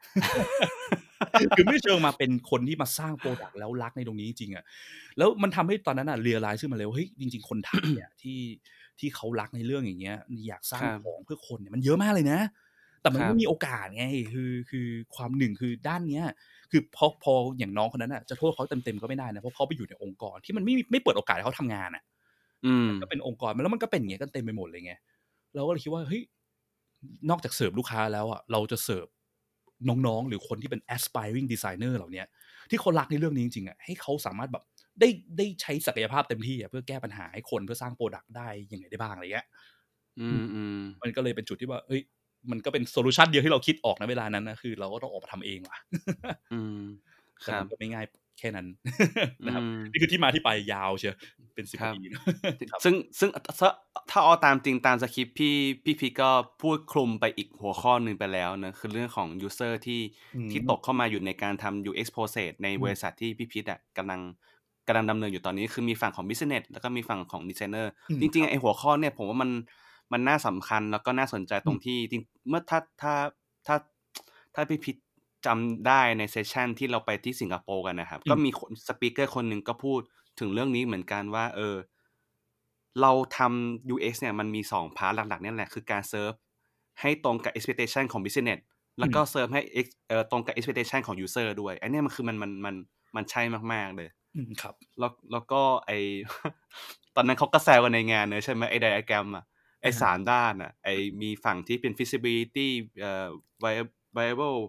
คือไม่เชิงมาเป็นคนที่มาสร้างโปรดักต์แล้วรักในตรงนี้จริงๆอ่ะแล้วมันทำให้ตอนนั้นอ่ะเรียลไลซ์ขึ้นมาเลยว่าเฮ้ยจริงๆคนไทยเนี่ยที่เขารักในเรื่องอย่างเงี้ยอยากสร้างของเพื่อคนเนี่ยมันเยอะมากเลยนะแต่มันไม่มีโอกาสไงคือความหนึ่งคือด้านเนี้ยคือพออย่างน้องคนนั้นอ่ะจะโทษเขาเต็มๆก็ไม่ได้นะเพราะเขาไปอยู่ในองค์กรที่มันไม่เปิดโอกาสให้เขาทำงานอ่ะมันก็เป็นองค์กรแล้วมันก็เป็นอย่างเงี้ยกันเต็มไปหมดเลยไงเราก็เลยคิดว่าเฮ้ยนอกจากเสิร์ฟลูกค้าแล้วอ่ะเราจะเสิร์ฟน้องๆหรือคนที่เป็น aspiring designer เหล่านี้ที่เขารักในเรื่องนี้จริงๆอ่ะให้เขาสามารถแบบได้ใช้ศักยภาพเต็มที่อ่ะเพื่อแก้ปัญหาให้คนเพื่อสร้างโปรดักต์ได้ยังไงได้บ้างอะไรเงี้ยมันก็เลยเป็นจุดที่ว่าเอ้ยมันก็เป็นโซลูชันเดียวที่เราคิดออกในเวลานั้นนะคือเราก็ต้องออกมาทำเองว่ะแต่มันก็ไม่ง่ายแค่นั้นอืนะครับมนี่คือที่มาที่ไปยาวเชียวเป็น10 ครับปีเนาะ ครับซึ่งถ้าเอาตามจริงตามสคริปต์พี่พีก็พูดคลุมไปอีกหัวข้อหนึ่งไปแล้วเนอะคือเรื่องของ user ที่ตกเข้ามาอยู่ในการทำ UX process ในบริษัทที่พี่พีอะกำลังดำเนินอยู่ตอนนี้คือมีฝั่งของ business แล้วก็มีฝั่งของ designer จริงๆไอ้หัวข้อเนี่ยผมว่ามันน่าสำคัญแล้วก็น่าสนใจตรงที่จริงเมื่อถ้าพี่พีจำได้ในเซสชันที่เราไปที่สิงคโปร์กันนะครับก็มีสปีกเกอร์คนหนึ่งก็พูดถึงเรื่องนี้เหมือนกันว่าเราทำ UX เนี่ยมันมี2พาร์ทหลักๆเนี่ยแหละคือการเซิร์ฟให้ตรงกับ expectation ของ business แล้วก็เซิร์ฟให้ตรงกับ expectation ของ user ด้วยอันนี้มันคือมันใช่มากๆเลยครับแล้วก็ตอนนั้นเขาก็แซวกันในงานเนอะใช่ไหมไอ้ diagram อะไอ้3ด้านอะไอ้มีฝั่งที่เป็น feasibility viable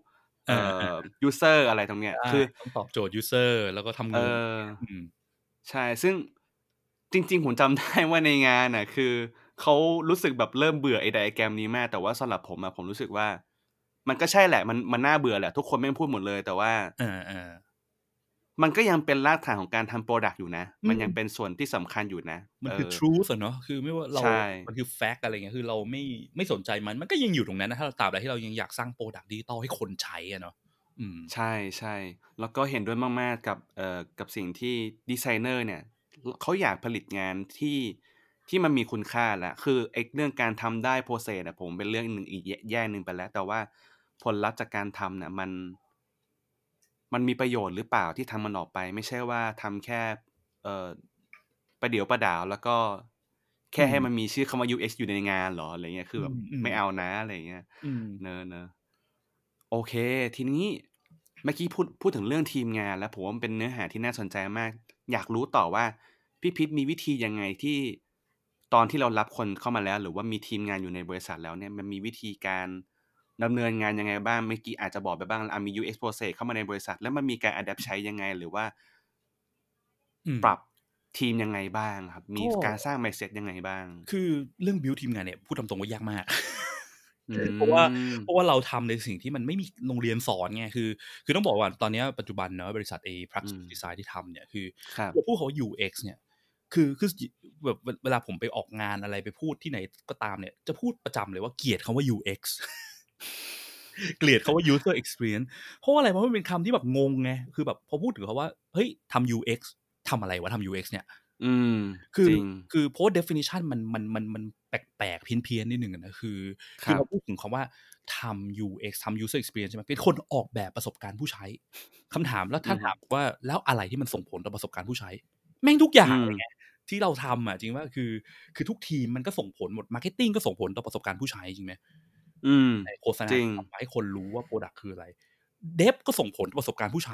user อะไรตรงเนี้ยคือต้องตอบโจทย์ user แล้วก็ทำเงินใช่ซึ่งจริงๆผมจำได้ว่าในงานน่ะคือเขารู้สึกแบบเริ่มเบื่อไอ้ diagram นี้มากแต่ว่าสำหรับผมอะผมรู้สึกว่ามันก็ใช่แหละมันน่าเบื่อแหละทุกคนแม่งพูดหมดเลยแต่ว่ามันก็ยังเป็นรากฐานของการทำ product อยู่นะมันยังเป็นส่วนที่สำคัญอยู่นะมันคือ truth อะเนาะคือไม่ว่าเรามันคือ fact อะไรเงี้ยคือเราไม่สนใจมันก็ยังอยู่ตรงนั้นนะถ้าเราตราบใดที่เรายังอยากสร้าง product digital ให้คนใช้อะเนาะใช่ๆแล้วก็เห็นด้วยมากๆกับสิ่งที่ดีไซเนอร์เนี่ยเขาอยากผลิตงานที่มันมีคุณค่าแหละคือไอ้เรื่องการทำได้ process อะผมเป็นเรื่องหนึ่งอีกแง่หนึ่งไปแล้วแต่ว่าผลลัพธ์จากการทำเนี่ยมันมีประโยชน์หรือเปล่าที่ทำมันออกไปไม่ใช่ว่าทำแค่ประเดี๋ยวประดาวแล้วก็แค่ให้มันมีชื่อคำว่า UX อยู่ในงานเหรออะไรเงี้ยคือแบบไม่เอานะอะไรเงี้ยเนอะโอเคทีนี้เมื่อกี้พูดถึงเรื่องทีมงานแล้วผมว่ามันเป็นเนื้อหาที่น่าสนใจมากอยากรู้ต่อว่าพี่พิษมีวิธียังไงที่ตอนที่เรารับคนเข้ามาแล้วหรือว่ามีทีมงานอยู่ในบริษัทแล้วเนี่ยมันมีวิธีการดำเนินงานยังไงบ้างเมื่อกี้อาจจะบอกไปบ้างมี UX process เข้ามาในบริษัทแล้วมันมีการ adapt ใช้ยังไงหรือว่าปรับทีมยังไงบ้างครับมีการสร้าง mindset ยังไงบ้างคือเรื่อง build ทีมงานเนี่ยพูดตามตรงว่ายากมากเพราะว่าเราทำในสิ่งที่มันไม่มีโรงเรียนสอนไงคือต้องบอกว่าตอนนี้ปัจจุบันเนาะบริษัทpractice design ที่ทำเนี่ยคือเราพูดเขา UX เนี่ยคือแบบเวลาผมไปออกงานอะไรไปพูดที่ไหนก็ตามเนี่ยจะพูดประจำเลยว่าเกลียดคำว่า UX เกลียดคำว่า user experience เพราะว่าอะไรเพราะมันเป็นคำที่แบบงงไงคือแบบพอพูดถึงเขาว่าเฮ้ยทำ UX ทำอะไรวะทำ UX เนี่ยคือเพราะ definition มันแปลกๆเพี้ยนๆนิดนึงนะคือเราพูดถึงคำว่าทำ UX ทำ user experience ใช่ไหมเป็นคนออกแบบประสบการณ์ผู้ใช้คำถามแล้วถ้าถามว่าแล้วอะไรที่มันส่งผลต่อประสบการณ์ผู้ใช้แม่งทุกอย่างเลยไงที่เราทำอ่ะจริงว่าคือทุกทีมมันก็ส่งผลหมด marketing ก็ส่งผลต่อประสบการณ์ผู้ใช้จริงไหมโฆษณาทำให้คนรู้ว่า product คืออะไร dev ก็ส่งผลต่อประสบการณ์ผู้ใช้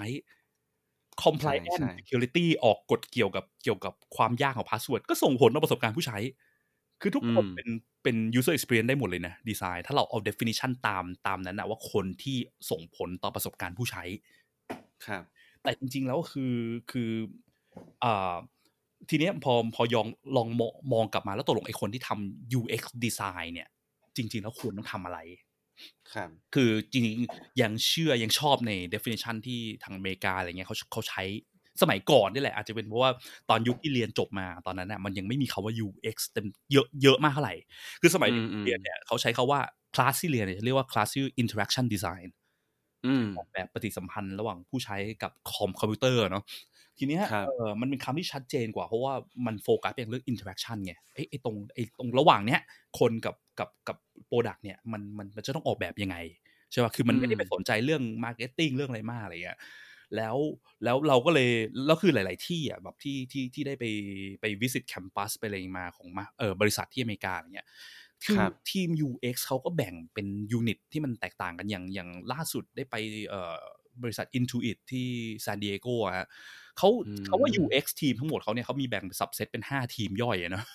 compliance security ออกกฎเกี่ยวกับความยากของ password ก็ส่งผลต่อประสบการณ์ผู้ใช้คือทุกคนเป็น user experience ได้หมดเลยนะดีไซน์ถ้าเราเอา definition ตามนั้นนะว่าคนที่ส่งผลต่อประสบการณ์ผู้ใช้ครับแต่จริงๆแล้วคือทีเนี้ยพอลองมองกลับมาแล้วตกลงไอ้คนที่ทำ UX design เนี่ยจริงๆแล้วควรต้องทำอะไรคือจริงๆยังชอบใน definition ที่ทางอเมริกาอะไรเงี้ยเขาใช้สมัยก่อนนี่แหละอาจจะเป็นเพราะว่าตอนยุคที่เรียนจบมาตอนนั้นน่ะมันยังไม่มีคำว่า UX เต็มเยอะมากเท่าไหร่คือสมัยเรียนเนี่ยเขาใช้คำว่าคลาสที่เรียนเนี่ยเรียกว่าคลาสชื่อ interaction design ออกแบบปฏิสัมพันธ์ระหว่างผู้ใช้กับคอมพิวเตอร์เนาะทีเนี้ยมันเป็นคำที่ชัดเจนกว่าเพราะว่ามันโฟกัสเป็นเรื่อง interaction ไงไอ้ตรงระหว่างเนี้ยคนกับ product เนี่ยมันจะต้องออกแบบยังไงใช่ป่ะคือมันไม่ได้ไปสนใจเรื่อง marketing เรื่องอะไรมากอะไรเงี้ยแล้วเราก็เลยแล้วคือหลายๆที่อ่ะแบบที่ได้ไป visit campus ไปอะไรมาของบริษัทที่อเมริกาอย่างเงี้ยคือทีม UX เขาก็แบ่งเป็นยูนิตที่มันแตกต่างกันอย่างล่าสุดได้ไปบริษัท Intuit ที่ซานดิเอโกฮะเขาว่า UX ทีมทั้งหมดเขาเนี่ยเขามีแบ่งซับเซตเป็น5ทีมย่อยนะ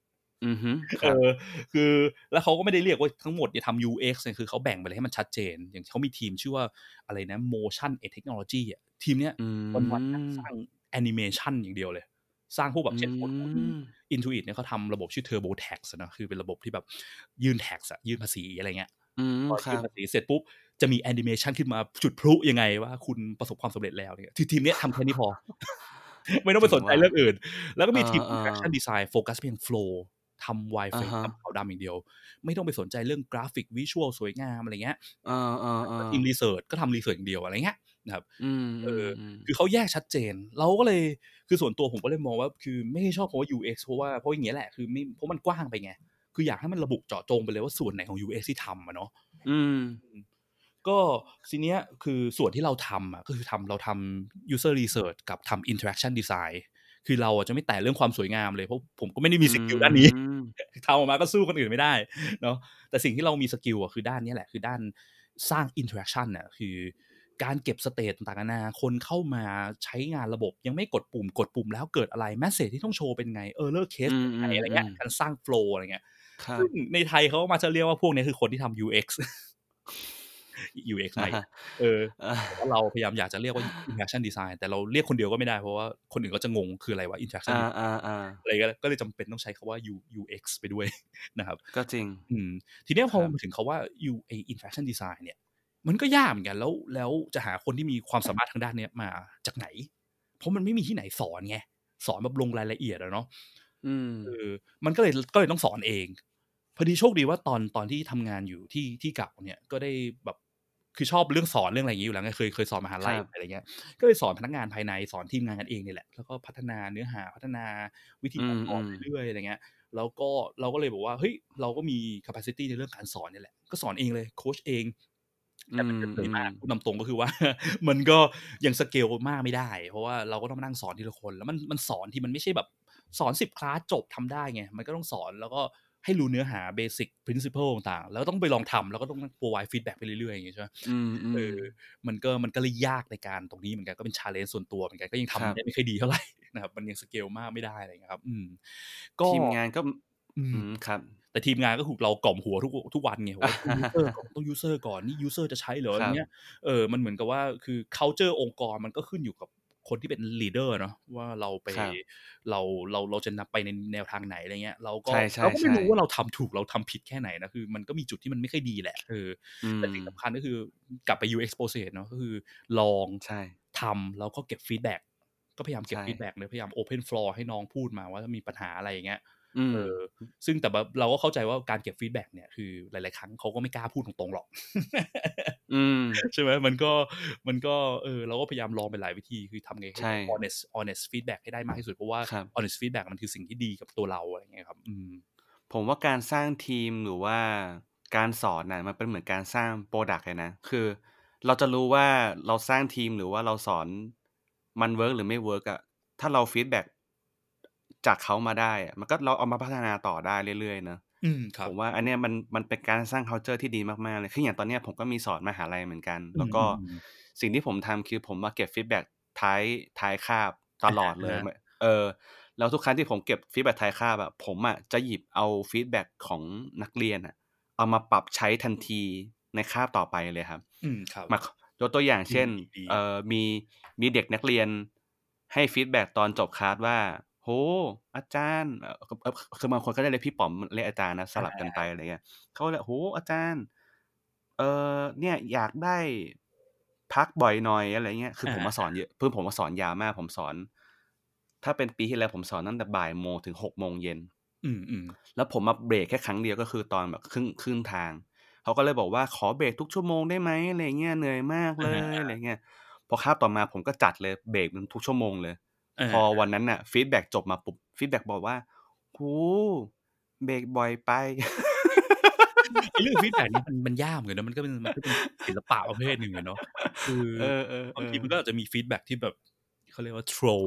คือแล้วเขาก็ไม่ได้เรียกว่าทั้งหมดเนี่ยทำ UX เนี่ยคือเขาแบ่งไปเลยให้มันชัดเจนอย่างเขามีทีมชื่อว่าอะไรนะ Motion and Technology อ่ะทีมเนี้ยวันๆสร้างแอนิเมชันอย่างเดียวเลยสร้างพวกแบบเช่นIntuit เนี่ยเขาทำระบบชื่อ TurboTax นะคือเป็นระบบที่แบบยื่น tax ยื่นภาษีอะไรเงี้ยพอยื่นภาษีเสร็จปุ๊บจะมีแอนิเมชันขึ้นมาจุดพลุยังไงว่าคุณประสบความสำเร็จแล้วเนี่ยทีมเนี้ยทำแค่นี้พอ ไม่ต้องไปสนใจเรื่องอื่นแล้วก็มีทีม interaction design โฟกัสเพียง flow ทำ wireframe ทำขาวดำอย่างเดียวไม่ต้องไปสนใจเรื่องกราฟิกวิชวลสวยงามอะไรเงี้ยทีม research ก็ทำ research อย่างเดียวอะไรเงี้ยนะครับคือเขาแยกชัดเจนเราก็เลยคือส่วนตัวผมก็เลยมองว่าคือไม่ชอบคำว่า UX เพราะอย่างเงี้ยแหละคือไม่เพราะมันกว้างไปไงคืออยากให้มันระบุเจาะจงไปเลยว่าส่วนไหนของ UX ที่ทำอะเนาะก็ทีเนี้ยคือส่วนที่เราทำอ่ะก็คือเราทำ user research กับทำ interaction design คือเราจะไม่แตะเรื่องความสวยงามเลยเพราะผมก็ไม่ได้มีสกิลด้านนี้ทำออกมาก็สู้คนอื่นไม่ได้เนาะแต่สิ่งที่เรามีสกิลอ่ะคือด้านนี้แหละคือด้านสร้าง interaction น่ะคือการเก็บสเตตต่างๆนานาคนเข้ามาใช้งานระบบยังไม่กดปุ่มแล้วเกิดอะไรแมสเสจที่ต้องโชว์เป็นไงerror case เป็นไงอะไรเงี้ยการสร้าง flow อะไรเงี้ยซึ่งในไทยเขามาจะเรียกว่าพวกนี้คือคนที่ทำ UX UX ใหม่แต่ว่าเราพยายามอยากจะเรียกว่า interaction design แต่เราเรียกคนเดียวก็ไม่ได้เพราะว่าคนอื่นก็จะงงคืออะไรวะ interaction design อะไรก็เลยจำเป็นต้องใช้คำว่า UX ไปด้วยนะครับก็จริงทีนี้พอมาถึงคำว่า interaction design เนี่ยมันก็ยากเหมือนกันแล้วจะหาคนที่มีความสามารถทางด้านนี้มาจากไหนเพราะมันไม่มีที่ไหนสอนไงสอนแบบลงรายละเอียดเนาะมันก็เลยต้องสอนเองพอดีโชคดีว่าตอนที่ทำงานอยู่ที่เก่าเนี่ยก็ได้แบบคือชอบเรื่องสอนเรื่องอะไรอย่างนี้อยู่แล้วไงเคยสอนมหาลัยอะไรเงี้ยก็เลยสอนพนักงานภายในสอนทีมงานกันเองนี่แหละแล้วก็พัฒนาเนื้อหาพัฒนาวิธีการสอนเรื่อยๆอะไรเงี้ยแล้วก็เราก็เลยบอกว่าเฮ้ยเราก็มี capacity ในเรื่องการสอนนี่แหละก็สอนเองเลยโค้ชเองแต่มันเหนื่อยมากพูดตามตรงก็คือว่ามันก็ยังสเกลมากไม่ได้เพราะว่าเราก็ต้องนั่งสอนทีละคนแล้วมันสอนที่มันไม่ใช่แบบสอน10 คลาสจบทำได้ไงมันก็ต้องสอนแล้วก็ให้รู้เนื้อหา basic principle ต่างๆแล้วต้องไปลองทำแล้วก็ต้อง provide feedback ไปเรื่อยๆอย่างเงี้ยใช่ไหมมันก็เลยยากในการตรงนี้เหมือนกันก็เป็น challenge ส่วนตัวเหมือนกันก็ยังทำได้ไม่ค่อยดีเท่าไหร่นะครับมันยังสเกลมากไม่ได้อะไรอย่างเงี้ยครับก็ทีมงานก็ครับแต่ทีมงานก็ถูกเรากล่อมหัวทุกวันไงว่าต้องยูเซอร์ก่อนนี่ยูเซอร์จะใช้เหรออย่างเงี้ยมันเหมือนกับว่าคือ culture องค์กรมันก็ขึ้นอยู่กับคนที่เป็น leader เนาะว่าเราไปเราจะนำไปในแนวทางไหนอะไรเงี้ยเราก็ไม่รู้ว่าเราทำถูกเราทำผิดแค่ไหนนะคือมันก็มีจุดที่มันไม่ค่อยดีแหละแต่สิ่งสำคัญก็คือกลับไป UX process เนาะก็คือลองทำแล้วก็เก็บ feedback ก็พยายามเก็บ feedback เลยพยายาม open floor ให้น้องพูดมาว่าถ้ามีปัญหาอะไรอย่างเงี้ยซึ่งแต่เราก็เข้าใจว่าการเก็บฟีดแบ็กเนี่ยคือหลายๆครั้งเขาก็ไม่กล้าพูดตรงๆหรอกใช่ไหมมันก็เราก็พยายามลองไปหลายวิธีคือทำไงให้ honest feedback ให้ได้มากที่สุดเพราะว่า honest feedback มันคือสิ่งที่ดีกับตัวเราอะไรเงี้ยครับผมว่าการสร้างทีมหรือว่าการสอนน่ะมันเป็นเหมือนการสร้างโปรดักต์เลยนะคือเราจะรู้ว่าเราสร้างทีมหรือว่าเราสอนมันเวิร์กหรือไม่เวิร์กอ่ะถ้าเราฟีดแบ็กจากเขามาได้มันก็เราเอามาพัฒนาต่อได้เรื่อยๆนะผมว่าอันเนี้ยมันเป็นการสร้าง culture ที่ดีมากๆเลยคืออย่างตอนเนี้ยผมก็มีสอนมหาลัยเหมือนกันแล้วก็สิ่งที่ผมทำคือผมมาเก็บฟีดแบ็กท้ายคาบตลอดเลยแล้วทุกครั้งที่ผมเก็บฟีดแบ็กท้ายคาบผมจะหยิบเอาฟีดแบ็กของนักเรียนเอามาปรับใช้ทันทีในคาบต่อไปเลยครับมายกตัวอย่างเช่นมีเด็กนักเรียนให้ฟีดแบ็กตอนจบคลาสว่าโหอาจารย์คือบางคนก็ได้เรียกพี่ป๋อมเรียกอาจารย์นะสลับกันไปอะไรเงี้ยเขาเลยโหอาจารย์เนี่ยอยากได้พักบ่อยหน่อยอะไรเงี้ยคือผมมาสอนเยอะผมมาสอนยาวมากผมสอนถ้าเป็นปีที่แล้วผมสอนตั้งแต่บ่ายโมงถึง6 โมงเย็นแล้วผมมาเบรกแค่ครั้งเดียวก็คือตอนแบบครึ่งทางเขาก็เลยบอกว่าขอเบรกทุกชั่วโมงได้ไหมอะไรเงี้ยเหนื่อยมากเลยอะไรเงี้ยพอคาบต่อมาผมก็จัดเลยเบรกมันทุกชั่วโมงเลยพอวันนั้นน่ะฟีดแบ็กจบมาปุ๊บฟีดแบ็กบอกว่าโหเบรกบ่อยไปไอ้เรื่องฟีดแบ็กนี่มันยากเหมือนกันนะมันก็เป็นศิลปะประเภทหนึ่งเนาะคือบางทีมันก็อาจจะมีฟีดแบ็กที่แบบเขาเรียกว่า troll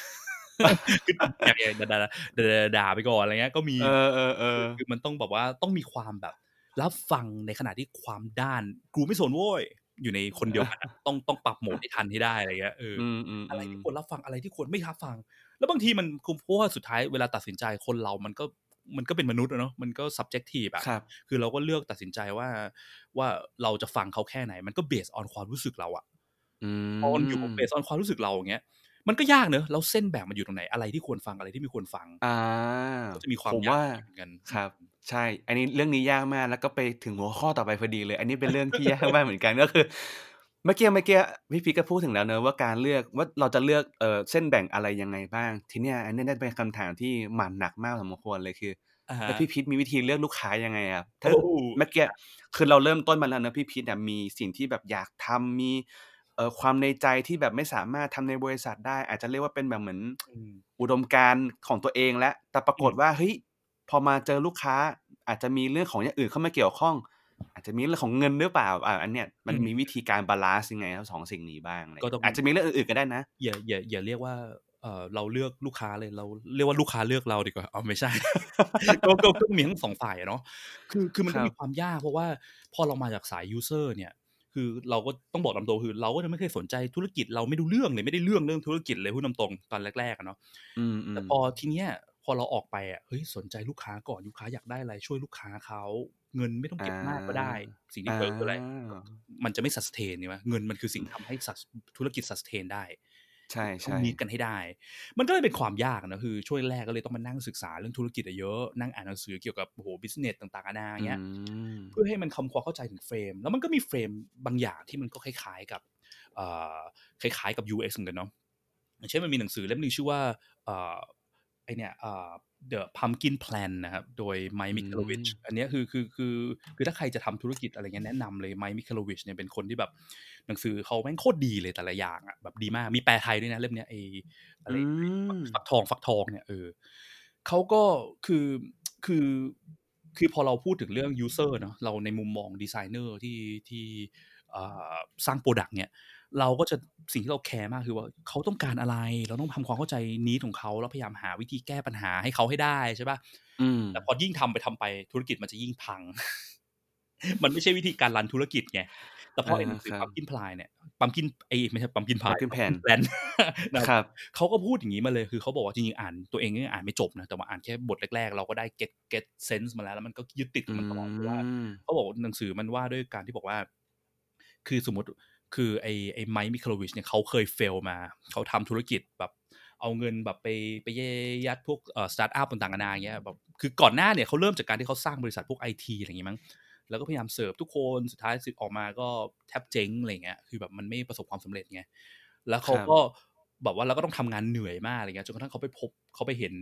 ด่าไปก่อนอะไรเงี้ยก็มีคือมันต้องแบบว่าต้องมีความแบบรับฟังในขณะที่ความด้านกูไม่สนโว้ยอยู่ในคนเดียวกันต้องปรับโหมดให้ทันให้ได้อะไรเงี้ยอะไรที่ควรรับฟังอะไรที่ควรไม่รับฟังแล้วบางทีมันเพราะว่าสุดท้ายเวลาตัดสินใจคนเรามันก็เป็นมนุษย์เนาะมันก็ subjective คือเราก็เลือกตัดสินใจว่าเราจะฟังเขาแค่ไหนมันก็ based on ความรู้สึกเราพออยู่กับ based on ความรู้สึกเราอย่างเงี้ยมันก็ยากเนอะแล้วเส้นแบ่งมันอยู่ตรงไหนอะไรที่ควรฟังอะไรที่ไม่ควรฟังก็จะมีความยากเหมือนกันครับใช่อันนี้เรื่องนี้ยากมากแล้วก็ไปถึงหัวข้อต่อไปพอดีเลยอันนี้เป็นเรื่องที่ยากมากเหมือนกันก็คือเมื่อกี้พี่พีชก็พูดถึงแล้วเนอะว่าการเลือกว่าเราจะเลือกเส้นแบ่งอะไรยังไงบ้างทีเนี้ยอันนี้น่าจะเป็นคำถามที่หมั่นหนักมากสมควรเลยคืออะแล้วฮะพี่พีชมีวิธีเลือกลูกค้ายังไงอะถ้าโอ้เมื่อกี้คือเราเริ่มต้นมาแล้วเนอะพี่พีชอะมีสิ่งที่แบบอยากทำมีความในใจที่แบบไม่สามารถทำในบริษัทได้อาจจะเรียกว่าเป็นแบบเหมือนอืมอุดมการณ์ของตัวเองแล้วแต่ปรากฏอืมว่าเฮ้ยพอมาเจอลูกค้าอาจจะมีเรื่องของอย่างอื่นเข้ามาเกี่ยวข้องอาจจะมีเรื่องของเงินหรือเปล่าอันเนี้ยมันมีอืมวิธีการบาลันซ์ยังไงครับ2สิ่งนี้บ้างอะไรก็ต้องเงี้ยอาจจะมีเรื่องอื่นๆก็ได้นะอย่าเรียกว่าเราเลือกลูกค้าเลยเราเรียกว่าลูกค้าเลือกเราดีกว่าอ้าวไม่ใช่ ก็มีทั้ง2ฝ่ายอะเนาะคือมันครับก็มีความยากเพราะว่าพอเรามาจากสายยูสเซอร์เนี่ยคือเราก็ต้องบอกตามตรงคือเราก็จะไม่เคยสนใจธุรกิจเราไม่รู้เรื่องเลยไม่ได้เรื่องธุรกิจเลยพูดตามตรงตอนแรกๆอะเนาะอืแต่มพอทีเนี้ยพอเราออกไปอะเฮ้ยสนใจลูกค้าก่อนลูกค้าอยากได้อะไรช่วยลูกค้าเขาเงินไม่ต้องๆอาเก็บมากก็ได้สิ่งที่อาเกิดคืออะไรมันจะไม่ sustain ใช่ไหมเงินมันคือสิ่งที่ทำให้ธุรกิจ sustain ได้ใชต้อง่ meet ๆกันให้ได้ มันก็เลยเป็นความยากนะคือช่วงแรกก็เลยต้องมานั่งศึกษาเรื่องธุรกิจอะเยอะนั่งอ่านหนังสือเกี่ยวกับโอ้โฮ business ต่างๆนานาออืย่างเงี้ยมเพื่อให้มันทำความเข้าใจถึงเฟรมแล้วมันก็มีเฟรมบางอย่างที่มันก็คล้ายๆกับเอ่อคล้ายๆกับ UX เหมือนกันเนาะอย่างเช่นมันมีหนังสือเล่มหนึ่งชื่อว่าเอ่อไอ้เนี่ยThe Pumpkin Plan นะครับโดย Mike อืม Michalowicz อันเนี้ยคือถ้าใครจะทำธุรกิจอะไรเงี้ยแนะนำเลย Mike Michalowicz เนี่ยเป็นคนที่แบบหนังสือเขาแม่งโคตรดีเลยแต่ละอย่างอะแบบดีมากมีแปลไทยด้วยนะเล่มเนี้ยไอ้อะอืไรมฟักทองเนี่ยเขาก็คือคือคือพอเราพูดถึงเรื่องยูสเซอร์เนาะเราในมุมมองดีไซเนอร์ที่อ่าสร้างพรอดักต์เนี่ยเราก็จะสิ่งที่เราแคร์มากคือว่าเขาต้องการอะไรเราต้องทำความเข้าใจ need ของเขาแล้วพยายามหาวิธีแก้ปัญหาให้เขาให้ได้ใช่เปล่าอืมแต่พอยิ่งทำไปธุรกิจมันจะยิ่งพัง มันไม่ใช่วิธีการรันธุรกิจไงแต่พอาอไอ้หนังสือครับ Pumpkin Pie เนี่ย Pumpkin ไม่ใช่ Pumpkin Pie Pumpkin Pan Pumpkin Plan นะครับครับเขาก็พูดอย่างงี้มาเลยคือเขาบอกว่าจริงๆอ่านตัวเองก็ยังอ่านไม่จบนะแต่ว่าอ่านแค่บทแรกๆเราก็ได้ get sense มาแล้วมันก็ยึดติดกับอืมันตลอดเพราะว่ามเขาบอกว่าหนังสือมันว่าด้วยการที่บอกว่าคือสมมุติคือไอ้ Mike Michalowicz เนี่ยเขาเคย fail มาเขาทำธุรกิจแบบเอาเงินแบบไปยัดพวกสตาร์ตอัปต่างๆนานาอย่างเงี้ยแบบคือก่อนหน้าเนี่ยเขาเริ่มจากการที่เขาสร้างบริษัทพวกไอทีอะไรอย่างงี้มั้ง แล้วก็พยายามเสิร์ฟทุกคนสุดท้ายออกมาก็แทบเจ๊งอะไรเงี้ยคือแบบมันไม่ประสบความสำเร็จไงแล้วคเขารับก็แบบว่าเราก็ต้องทำงานเหนื่อยมากอะไรเงี้ยจนกระทั่งเขาไปเห็น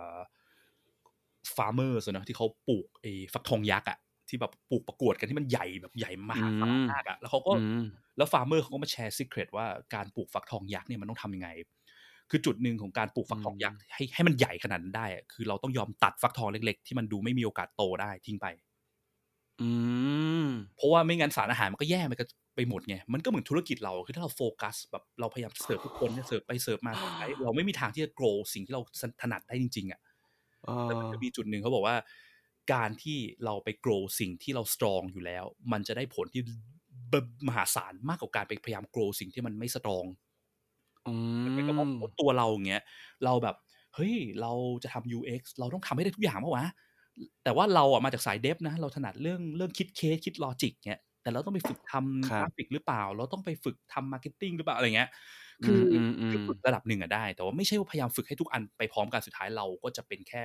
farmers อะเนาะที่เขาปลูกไอ้ฟักทองยักษ์อะที่แบบปลูกประกวดกันที่มันใหญ่แบบใหญ่มอืหาศาลมมากอะแล้วเขาก็อืมแล้ว farmer เขาก็มาแชร์ secret ว่าการปลูกฟักทองยักษ์เนี่ยมันต้องทำยังไงคือจุดหนึ่งของการปลูกอืฟักทองยักษ์มให้มันใหญ่ขนาดนั้นได้อะคือเราต้องยอมตัดฟักทองเล็กๆที่มันดูไม่มีโอกาสโตได้ทิ้งไปอืมเพราะว่าไม่งั้นสารอาหารมันก็แย่ไปหมดไงมันก็เหมือนธุรกิจเราคือถ้าเราโฟกัสแบบเราพยายามเสิร์ฟทุกคนเนี่ยเสิร์ฟไปเสิร์ฟมาสุดท้ายเราไม่มีทางที่จะ grow สิ่งที่เราถนัดได้จริงๆอะเอแต่มันอจะมีจุดหนึ่งเขาบอกว่าการที่เราไป grow สิ่งที่เรา strong อยู่แล้วมันจะได้ผลที่มหาศาลมากกว่าการไปพยายาม grow สิ่งที่มันไม่ strong อืมันเหมือนกับว่ามสมมุติตัวเราอย่างเงี้ยเราแบบเฮ้ยเราจะทำ UX เราต้องทำให้ได้ทุกอย่างเปล่าวะแต่ว่าเราอะมาจากสาย Dev นะเราถนัดเรื่องคิดเคสคิด logic เงี้ยแต่เราต้องไปฝึกทคำกรับราฟิกหรือเปล่าเราต้องไปฝึกทำ marketing หรือเปล่าอะไรเงี้ยอืคือมฝึกระดับหนึ่งอะได้แต่ว่าไม่ใช่ว่าพยายามฝึกให้ทุกอันไปพร้อมกันสุดท้ายเราก็จะเป็นแค่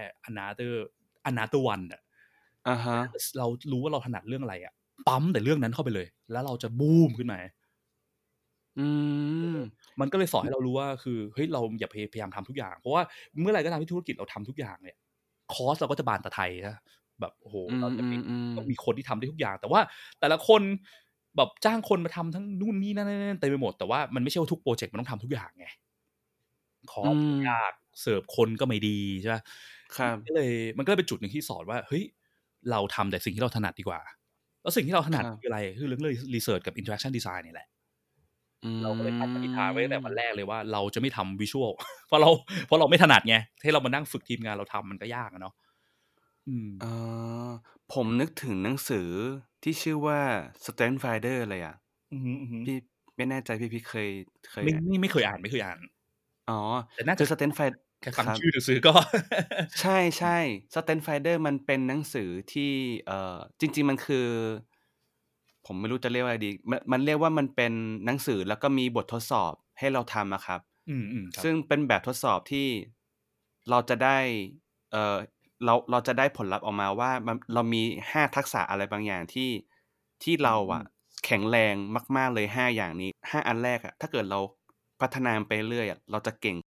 another one อะอะฮะแต่ถ้าเรารู้ว่าเราถนัดเรื่องอะไรอะปั๊มแต่เรื่องนั้นเข้าไปเลยแล้วเราจะบูมขึ้นมาอืมมันก็เลยสอนให้เรารู้ว่าคือเฮ้ยเราอย่าพยายามทำทุกอย่างเพราะว่าเมื่อไรก็ตามที่ธุรกิจเราทำทุกอย่างเนี่ยคอสเราก็จะบานตะไทนะแบบโอ้โฮอืเราจะมีมต้องมีๆๆคนที่ทำได้ทุกอย่างแต่ว่าแต่ละคนแบบจ้างคนมาทำทั้งนู่นนี่นั่นเต็มไปหมดแต่ว่ามันไม่ใช่ว่าทุกพรอเจกต์มันต้องทำทุกอย่างไงคออืสก็มยากเสิร์ฟคนก็ไม่ดีใช่เปล่าครับมันก็เลยเป็นจุดหนึ่งที่สอนว่าเฮ้ยเราทำแต่สิ่งที่เราถนัดดีกว่าแล้วสิ่งที่เราถนัดคือครับอะไรคือเรื่องรีเซิร์ชกับ interaction design เนี่ยแหละอืเราก็เลยตั้งปณิธานไว้ตั้งแต่วันแรมกเลยว่าเราจะไม่ทำ visual เพราะเราไม่ถนัดไงให้เรามานั่งฝึกทีมงานเราทำมันก็ยากอะเนาะอืมอ๋อผมนึกถึงหนังสือที่ชื่อว่า Strength Finder เลยอะอือฮึพี่ไม่แน่ใจพี่เคยไม่เคยอ่านอ๋อแต่น่าคือจะ Strength Find แค่ฟัครับงชื่อหนังสือก็ใช่ๆ Strength Finder มันเป็นหนังสือที่จริงๆมันคือผมไม่รู้จะเรียกว่าอะไรดีมันเรียกว่ามันเป็นหนังสือแล้วก็มีบททดสอบให้เราทำอะครับอืมๆครับซึ่งเป็นแบบทดสอบที่เราจะได้เอ่อเราจะได้ผลลัพธ์ออกมาว่าเรามี5ทักษะอะไรบางอย่างที่เราอะแข็งแรงมากๆเลย5อย่างนี้5อันแรกอะถ้าเกิดเราพัฒนาไปเรื่อยอะเราจะเก่ง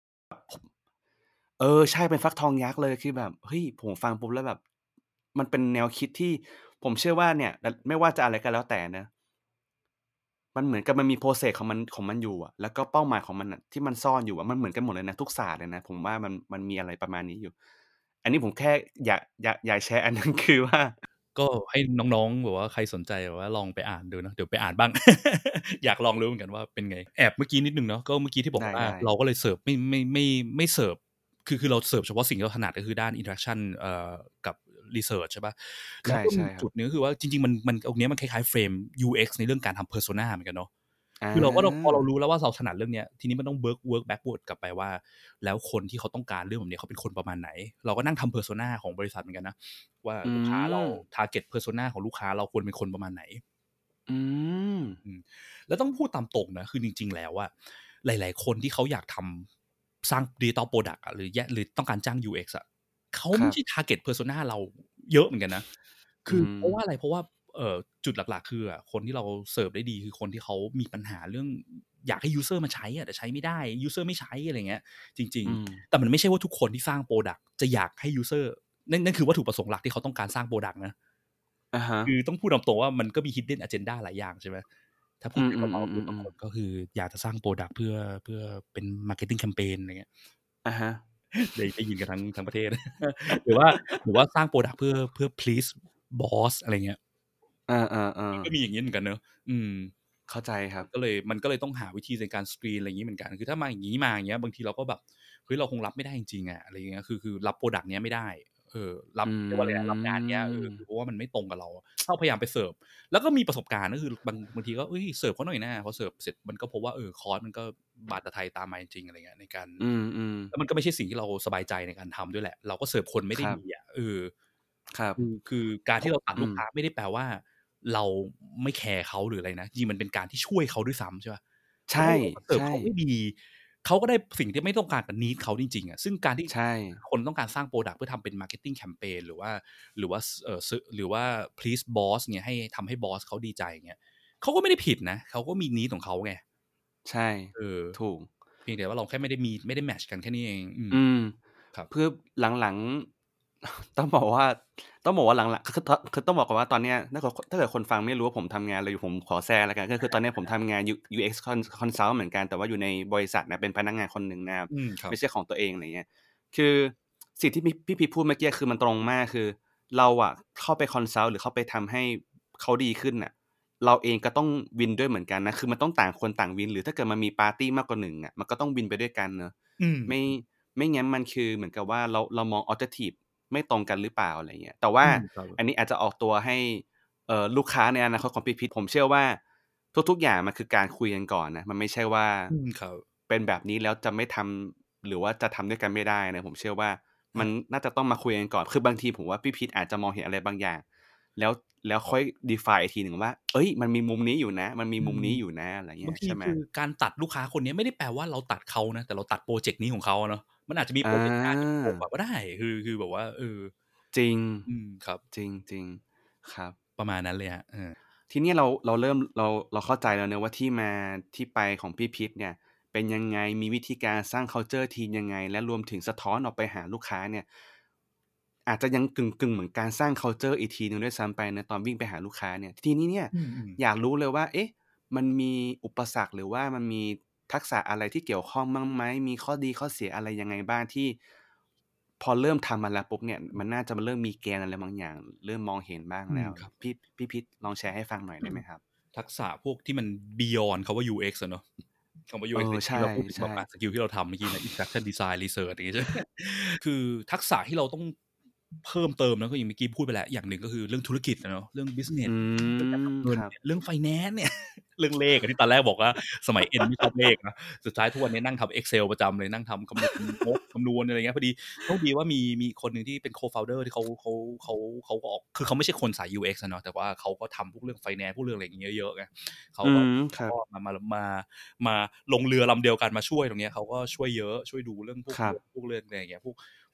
ใช่เป็นฟักทองยักษ์เลยคือแบบเฮ้ยผมฟังปุ๊บแล้วแบบมันเป็นแนวคิดที่ผมเชื่อว่าเนี่ยไม่ว่าจะอะไรก็แล้วแต่นะมันเหมือนกับมันมี process ของมันอยู่อะแล้วก็เป้าหมายของมันน่ะที่มันซ่อนอยู่อะมันเหมือนกันหมดเลยนะทุกศาสตร์เลยนะผมว่ามันมีอะไรประมาณนี้อยู่อันนี้ผมแค่อยากแชร์อันนั้นคือว่าก็ให้น้องๆแบบว่าใครสนใจแบบว่าลองไปอ่านดูเนาะเดี๋ยวไปอ่านบ้าง อยากลองรู้เหมือนกันว่าเป็นไงแอบเมื่อกี้นิดหนึ่งเนาะก็เมื่อกี้ที่บอกว่าได้เราก็เลยเสิร์ฟไม่เสิร์ฟคือเราเสิร์ฟเฉพาะสิ่งที่เราถนัดก็คือด้าน interaction กับ research ใช่เปล่าใแล้วก็มีช่ๆครับจุดหนึ่งก็คือว่าจริงๆมันตรงเนี้ยมันคล้ายๆเฟรม UX ในเรื่องการทำ persona เหมือนกันเนาะอาคือเราก็พอเรารู้แล้วว่าเราถนัดเรื่องเนี้ยทีนี้มันต้องwork backward กลับไปว่าแล้วคนที่เขาต้องการเรื่องแบบนี้เขาเป็นคนประมาณไหนเราก็นั่งทำ persona ของบริษัทเหมือนกันนะว่าอืลูกค้าเราม target persona ของลูกค้าเราควรเป็นคนประมาณไหนอืมอืมแล้วต้องพูดตามตรงนะคือจริงๆแล้วอะหลายๆคนที่เขาอยากทำสร้าง digital product อะหรือต้องการจ้าง UX อะเขาไม่ใช่ครับ target persona เราเยอะเหมือนกันนะคืออือฮึเพราะว่าอะไรเพราะว่าจุดหลักๆคือคนที่เราเสิร์ฟได้ดีคือคนที่เขามีปัญหาเรื่องอยากให้ยูสเซอร์มาใช้อะแต่ใช้ไม่ได้ยูสเซอร์ไม่ใช้อะไรเงี้ยจริงอืมๆแต่มันไม่ใช่ว่าทุกคนที่สร้างโปรดักต์จะอยากให้ยูสเซอร์นั่นคือวัตถุประสงค์หลักที่เขาต้องการสร้างโปรดักต์นะอะฮะคือต้องพูดตามตรงว่ามันก็มี hidden agenda หลายอย่างใช่ไหมถ้าพูอืดกันเบาๆคือบางมๆๆๆๆคนก็คืออยากจะสร้างโปรดักต์เพื่อเป็น marketing campaign อะไรเงี้ยอะฮะได้ยินกันทั้งประเทศหรือว่าสร้างโปรดักต์เพื่อ please boss อะไรเงี้ยอามันก็มีอๆๆย่างงี้เหมือนกันเนาะอืมเข้าใจครับมันก็เลยต้องหาวิธีในการสกรีนอะไรอย่างงี้เหมือนกันคือถ้ามาอย่างงี้มาอย่างเงี้ยบางทีเราก็แบบเฮ้ยเราคงรับไม่ได้จริงๆอะอะไรอย่างเงี้ยคือรับพรอดักต์เนี้ยไม่ได้รับอืเรียกว่าอะไรอะรับงานเนี้ยมคือเพราะว่ามันไม่ตรงกับเราถ้าเราพยายามไปเสิร์ฟแล้วก็มีประสบการณ์ก็คือบางทีก็เฮ้ยเสิร์ฟเขาหน่อยนะพอเสิร์ฟเสร็จมันก็พบว่าคอร์สมันก็บาดตะไทตามมาจริงๆอะไรเงี้ยในการอืมแล้วมันก็ไม่ใช่สิ่งที่เราสบายใจในการทำด้วยแหละเราก็เสิร์ฟคนไม่ๆครับได้ดีอะครับคือการที่เราตัดลูกอืมค้าไม่ได้แปลว่าเราไม่แคร์เขาหรืออะไรนะจริงๆมันเป็นการที่ช่วยเขาด้วยซ้ำใช่เปล่า เพราะใช่ถ้าเราเสิร์ฟใช่เขาไม่ดีเขาก็ได้สิ่งที่ไม่ต้องการกับ need เขาจริงๆอะซึ่งการที่ใช่คนต้องการสร้างพรอดักต์เพื่อทำเป็น marketing campaign หรือว่าหรือว่า please boss เงี้ยให้ทำให้บอสเขาดีใจเงี้ยเขาก็ไม่ได้ผิดนะเขาก็มี need ของเขาไงใช่เออถูกเพียงแต่ว่าเราแค่ไม่ได้แมตช์กันแค่นี้เองอืมครับเพื่อหลังๆต้องบอกว่าหลังๆคือต้องบอกก่อนว่าตอนเนี้ยถ้าเกิดคนฟังไม่รู้ว่าผมทำงานอะไรอยู่ผมขอแทรกแล้วกันก็คือตอนเนี้ยผมทำงาน UX Consult เหมือนกันแต่ว่าอยู่ในบริษัทนะเป็นพนักงานคนหนึ่งนะครับครับไม่ใช่ของตัวเองอะไรเงี้ยคือสิ่งที่พี่พีชพูดเมื่อกี้คือมันตรงมากคือเราอะเข้าไป consult หรือเข้าไปทำให้เขาดีขึ้นน่ะเราเองก็ต้องวินด้วยเหมือนกันนะคือมันต้องต่างคนต่างวินหรือถ้าเกิดมันมีปาร์ตีมากกว่า1อะมันก็ต้องวินไปด้วยกันเนาะอืมไม่ไม่งั้นมันคือเหมือนกับว่าเรามอง objective ไม่ตรงกันหรือเปล่าอะไรเงี้ยแต่ว่าครับอันนี้อาจจะออกตัวให้ลูกค้าในอนาคตของพี่พีชผมเชื่อว่าทุกๆอย่างมันคือการคุยกันก่อนนะมันไม่ใช่ว่าครับเป็นแบบนี้แล้วจะไม่ทำหรือว่าจะทำด้วยกันไม่ได้นะผมเชื่อว่ามันน่าจะต้องมาคุยกันก่อนคือบางทีผมว่าพี่พีชอาจจะมองเห็นอะไรบางอย่างแล้วค่อย define อีกทีหนึ่งว่าเฮ้ยมันมีมุมนี้อยู่นะมันมีอืมุมมนี้อยู่นะอะไรบางเงี้ยใช่ไหมทีคือการตัดลูกค้าคนเนี้ยไม่ได้แปลว่าเราตัดเขานะแต่เราตัดพรอเจกต์นี้ของเขาอะเนาะมันอาจจะมีพอรอเจกต์หน้าที่โผล่ามาก็ได้คือแบบว่าจริงครับจริงๆครับประมาณนั้นเลยครับทีนี้เราเริ่มเราเข้าใจแล้วเนาะว่าที่มาที่ไปของพี่พิษเนี่ยเป็นยังไงมีวิธีการสร้างคัลเชอร์ทีมยังไงและรวมถึงสะท้อนออกไปหาลูกค้าเนี่ยอาจจะยังกึ่งๆเหมือนการสร้างคัลเชอร์อีกทีหนึ่งด้วยซ้ำไปนะตอนวิ่งไปหาลูกค้าเนี่ยทีนี้เนี่ยอืมอยากรู้เลยว่าเอ๊ะมันมีอุปสรรคหรือว่ามันมีทักษะอะไรที่เกี่ยวข้องบ้างไหมมีข้อดีข้อเสียอะไรยังไงบ้างที่พอเริ่มทำมาแล้วปุ๊บเนี่ยมันน่าจะเริ่มมีเกณฑ์อะไรบางอย่างเริ่มมองเห็นบ้างแล้วครับพี่พิษลองแชร์ให้ฟังหน่อยได้ไหมครับทักษะพวกที่มัน beyond คำว่า UX อะเนาะคำว่า UX ใช่ที่เราพูดถึงแบบสๆกิลที่เราทำเมื่อกี้นะ interaction design research อย่างงี้ใช่ไหมคือทักษะที่เราต้องเพิ่มเติมนะก็อย่างเมื่อกี้พูดไปแล้วอย่างหนึ่งก็คือเรื่องธุรกิจอะเนาะเรื่อง business อืเรื่องการมทำเงิครับนเนี่ยเรื่อง finance เนี่ยเรื่องเลขอะที่ตอนแรกบอกว่าสมัยเอ็นไม่ชอบเลขนะสุดท้ายทุกวันนี้นั่งทำ Excel ประจำเลยนั่งทำคำนวณงบคำนวณอะไรเงี้ยพอดีโชคดีว่ามีคนหนึ่งที่เป็น co-founder ที่เขาก็ออกคือเขาไม่ใช่คนสาย UX อะเนาะแต่ว่าเขาก็ทำพวกเรื่อง finance พวกเรื่องอะไรอย่างเงี้ยเยอะไงเขาอืก็มครับเขาก็มาลงเรือลำเดียวกันมาช่วยตรงเนี้ยเขาก็ช่วยเยอะช่วยดูเรื่องพวกครับเรื่องอะไรอย่างเงี้ยพวก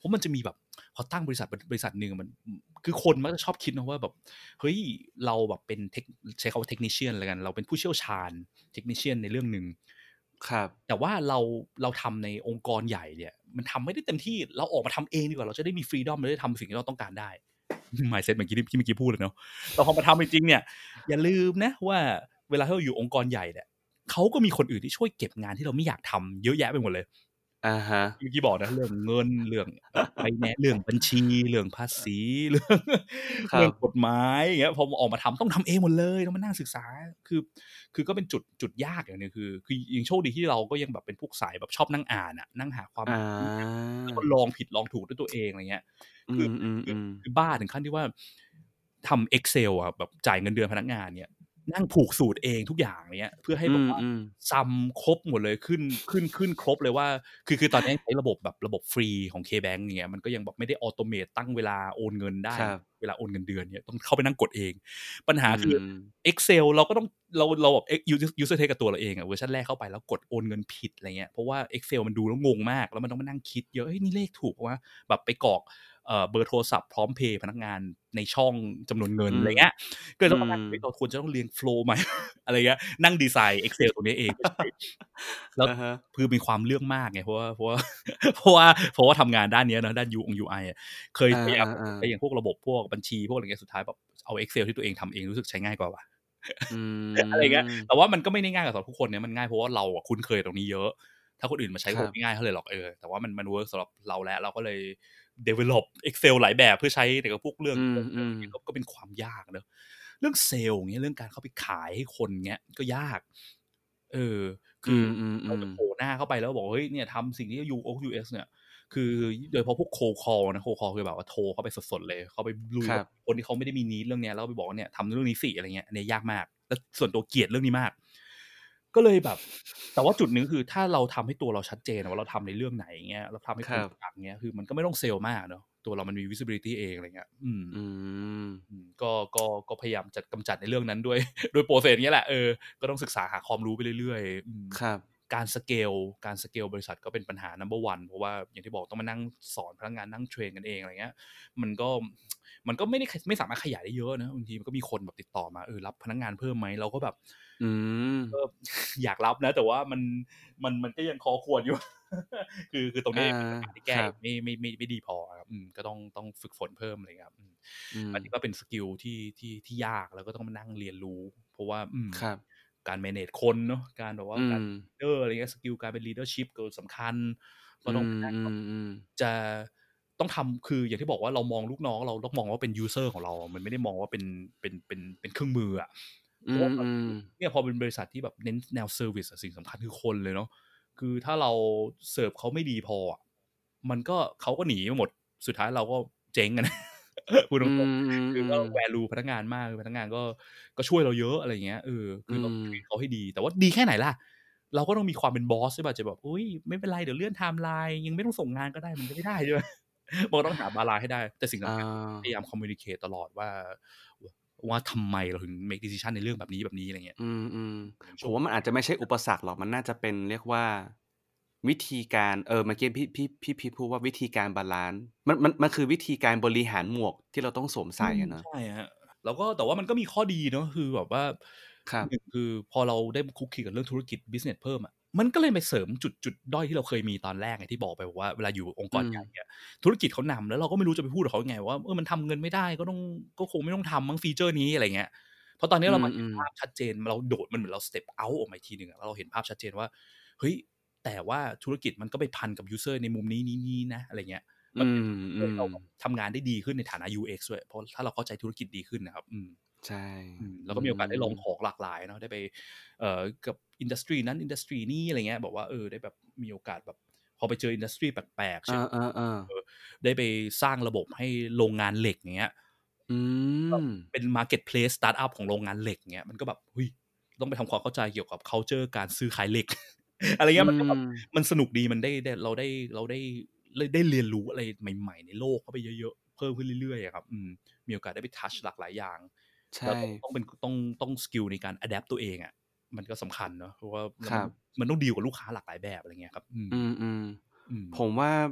เพราะมันจะมีแบบพอตั้งบริษัทหนึ่งมันคือคนมักจะชอบคิดนะว่าแบบเฮ้ยเราแบบเป็นใช้คำว่าเทคนิชเชียนอะไรกันเราเป็นผู้เชี่ยวชาญเทคนิชเชียนในเรื่องหนึ่งครับแต่ว่าเราทำในองค์กรใหญ่เนี่ยมันทำไม่ได้เต็มที่เราออกมาทำเองดีกว่าเราจะได้มีฟรีดอมเราได้ทำสิ่งที่เราต้องการได้ mindset เมื่อกี้พูดเลยเนาะแต่พอมาทำจริงๆเนี่ยอย่าลืมนะว่าเวลาที่เราอยู่องค์กรใหญ่เนี่ยเขาก็มีคนอื่นที่ช่วยเก็บงานที่เราไม่อยากทำเยอะแยะไปหมดเลยอะฮะเมื่อกี้บอกนะเรื่องเงินเรื่องไฟแนนซ์เรื่องบัญชีเรื่องภาษีเรื่องครัเรื่องกบฎหมายอย่างเงี้ยพอออกมาทำต้องทำเองหมดเลยต้องมานั่งศึกษาคือคือก็เป็นจุดยากอย่างหนึงคือยังโชคดีที่เราก็ยังแบบเป็นพวกสายแบบชอบนั่งอ่านอะนั่งหาความอารู้แล้วก็ลองผิดลองถูกด้วยตัวเองอะไรเงี้ยอืคือคือมๆๆคือบ้าถึงขั้นที่ว่าทำ Excel อะแบบจ่ายเงินเดือนพนักงานเนี่ยนั่งผูกสูตรเองทุกอย่างอะไรเงี้ยเพื่อให้อืแบบว่ามๆซัมครบหมดเลยขึ้นครบเลยว่าคือตอนนี้ใช้ระบบแบบระบบฟรีของ KBank อย่างเงี้ยมันก็ยังแบบไม่ได้ออโตเมตตั้งเวลาโอนเงินได้ครับเวลาโอนเงินเดือนเนี่ยต้องเข้าไปนั่งกดเองปัญหาอืคือม Excel เราก็ต้องเราแบบuser take กับตัวเราเองอะเวอร์ชันแรกเข้าไปแล้วกดโอนเงินผิดอะไรเงี้ยเพราะว่า Excel มันดูแล้วงงมากแล้วมันต้องมานั่งคิดเยอะเฮ้ยนี่เลขถูกเปล่าวะแบบไปกรอกเบอร์โทรศัพท์พร้อมเพย์พนักงานในช่องจำนวนเงินอืมอะไรเงี้ยก็เลยอืต้องมานั่งมเฮ้ยเราควรจะต้องเรียงโฟลว์ใหม่ อะไรเงี้ยนั่งดีไซน์ Excel ตรงนี้เองก็ใช่แล้วอะฮะคือมีความเรื่องมากไงเพราะว่าเพราะว่าทำงานด้านเนี้ยเนาะด้าน UI อะเคยอาพยายามจะใช้อย่างๆๆพวกระบบพวกบัญชีพวกอะไรเงี้ยสุดท้ายแบบเอา Excel ที่ตัวเองทำเองรู้สึกใช้ง่ายกว่าว่ะอือะไรเงี้ยมแต่ว่ามันก็ไม่ได้ง่ายกับสำหรับทุกคนเนี่ยมันง่ายเพราะว่าเราอะคุ้นเคยตรงนี้เยอะถ้าคนอื่นมาใช้ครับคงไม่ง่ายเท่าไรหรอกแต่ว่ามันเวิร์กสำหรับเราแล้วเราก็เลย develop Excel หลายแบบเพื่อใช้ในกับพวกเรื่องอืเรื่องมนี้ก็เป็นความยากเนาะเรื่องเซลล์อย่างเงี้ยเรื่องการเข้าไปขายให้คนเงี้ยก็ยากเอออืคือเรามจะโผล่ๆๆหน้าเข้าไปแล้วบอกเฮ้ยเนี่ยทำสิ่งที่ UX เนี่ยคือโดยเฉพาะพวก cold call นะ cold call คือแบบว่าโทรเข้าไปสดๆเลยเข้าไปลุยกับครับคนที่เขาไม่ได้มี need เรื่องเนี้ยแล้วก็ไปบอกว่าเนี่ยทำเรื่องนี้สิอะไรเงี้ยอันนี้ยากมากแล้วส่วนตัวเกลียดเรื่องนี้มากก็เลยแบบแต่ว่าจุดหนึ่งคือถ้าเราทำให้ตัวเราชัดเจนว่าเราทำในเรื่องไหนอย่างเงี้ยเราทำให้ครับคนรู้จักเงี้ยคือมันก็ไม่ต้องเซลล์มากเนาะตัวเรามันมี visibility เองอะไรเงี้ยอืมก็พยายามจะกำจัดในเรื่องนั้นด้วยด้วย process เงี้ยแหละก็ต้องศึกษาหาความรู้ไปเรื่อยๆครับการสเกลการสเกลบริษัทก็เป็นปัญหา number one เพราะว่าอย่างที่บอกต้องมานั่งสอนพนักงานนั่งเทรนกันเองอะไรเงี้ยมันก็มันก็ไม่สามารถขยายได้เยอะนะบางทีมันก็มีคนแบบติดต่อมารับพนักงานเพิ่มไหมเราก็แบบอืมก็อยากรับนะแต่ว่ามันก็ยังคอควรอยู่ คือตรงนี้อาเป็นปัญหาที่คแก้รับไม่ดีพอครับก็ต้องฝึกฝนเพิ่มอะไรเงี้ยครับอืมอันนี้ก็เป็นสกิลที่ยากแล้วก็ต้องมานั่งเรียนรู้เพราะว่าครับการ manage คนเนาะการแบบว่าอืมการเป็น leader อะไรเงี้ยสกิลการเป็น leadership ก็สำคัญก็อืต้องมานั่งแบบมๆๆจะต้องทำคืออย่างที่บอกว่าเรามองลูกน้องเราต้องมองว่าเป็น user ของเรามันไม่ได้มองว่าเป็นเครื่องมืออะเพอืราะว่ามเนี่ยพอเป็นบริษัทที่แบบเน้นแนวเซอร์วิสอะสิ่งสำคัญคือคนเลยเนาะ คือถ้าเราเสิร์ฟเขาไม่ดีพออะมันก็เขาก็หนีไปหมดสุดท้ายเราก็เจ๊งอะนะพูดตอืรงๆคือก็มๆๆ value พนักงานมากพนักงานก็ช่วยเราเยอะอะไรอย่างเงี้ยคืออืเราม treat เขาให้ดีแต่ว่าดีแค่ไหนล่ะเราก็ต้องมีความเป็นบอสใช่เปล่าจะแบบอุ๊ยไม่เป็นไรเดี๋ยวเลื่อนไทม์ไลน์ยังไม่ต้องส่งงานก็ได้มันก็ไม่ได้ใช่ไหมมันก็ต้องหาบาลันซ์ให้ได้แต่สิ่งอสำคัญคือพยายาาม communicate ตลอดว่าทำไมเราถึง make decision ในเรื่องแบบนี้อะไรเงี้ยอืมอย่างช่วงๆผมว่ามันอาจจะไม่ใช่อุปสรรคหรอกมันน่าจะเป็นเรียกว่าวิธีการเมื่อกี้พี่พีทพูดว่าวิธีการบาลันซ์มันคือวิธีการบริหารหมวกที่เราต้องสวมใส่อะเนาะใช่ครับแล้วก็แต่ว่ามันก็มีข้อดีเนาะคือแบบว่าครับ 1คือพอเราได้คลุกคลีกับเรื่องธุรกิจบิสเนสเพิ่มอะมันก็เลยไปเสริมจุดด้อยที่เราเคยมีตอนแรกไงที่บอกไปบอกว่าเวลาอยู่องค์กรอืมใหญ่เนี่ยธุรกิจเขานำแล้วเราก็ไม่รู้จะไปพูดกับเขายังไงว่ามันทำเงินไม่ได้ก็คงไม่ต้องทำมั้งฟีเชอร์นี้อะไรเงี้ยเพราะตอนนี้อืเรามาเห็นมภาพชัดเจนเราโดดมันเหมือนเรา step out ออกมาอีกทีหนึ่งอะแล้วเราเห็นภาพชัดเจนว่าเฮ้ยแต่ว่าธุรกิจมันก็ไปพันกับยูสเซอร์ในมุมนี้ๆนะอะไรเงี้ยๆอืมันเป็นช่วยให้มเราแบบทำงานได้ดีขึ้นในฐานะ UX ด้วยเพราะถ้าเราเข้าใจธุรกิจดีขึ้นนะครับใช่เราอืก็มีโอกาสได้ลองมของหลากหลายเนาะได้ไปกับอินดัสทรีนั้นอินดัสทรีนี้อะไรเงี้ยบอกว่าได้แบบมีโอกาสแบบพอไปเจออินดัสทรีแปลกๆอเช่นาๆๆได้ไปสร้างระบบให้โรงงานเหล็กอย่างเงี้ยอืแบบมเป็น marketplace สตาร์ตอัปของโรงงานเหล็กอย่างเงี้ยมันก็แบบเฮ้ยต้องไปทำความเข้าใจเกี่ยวกับคัลเชอร์การซื้อขายเหล็กอะไรอืเงี้ยมันก็แบบมมันสนุกดีมันได้เราได้เรียนรู้อะไรใหม่ๆในโลกเข้าไปเยอะๆเพิ่มขึ้นเรื่อยๆอะครับมีโอกาสได้ไปทัชหลากหลายอย่าง แล้วใช่ต้องเป็นต้องสกิลในการอะแดปต์ตัวเองอะมันก็สำคัญเนาะเพราะว่าแล้วมันครับมันต้องดีลกับลูกค้าหลากหลายแบบอะไรเงี้ยครับอืมอืมผมว่า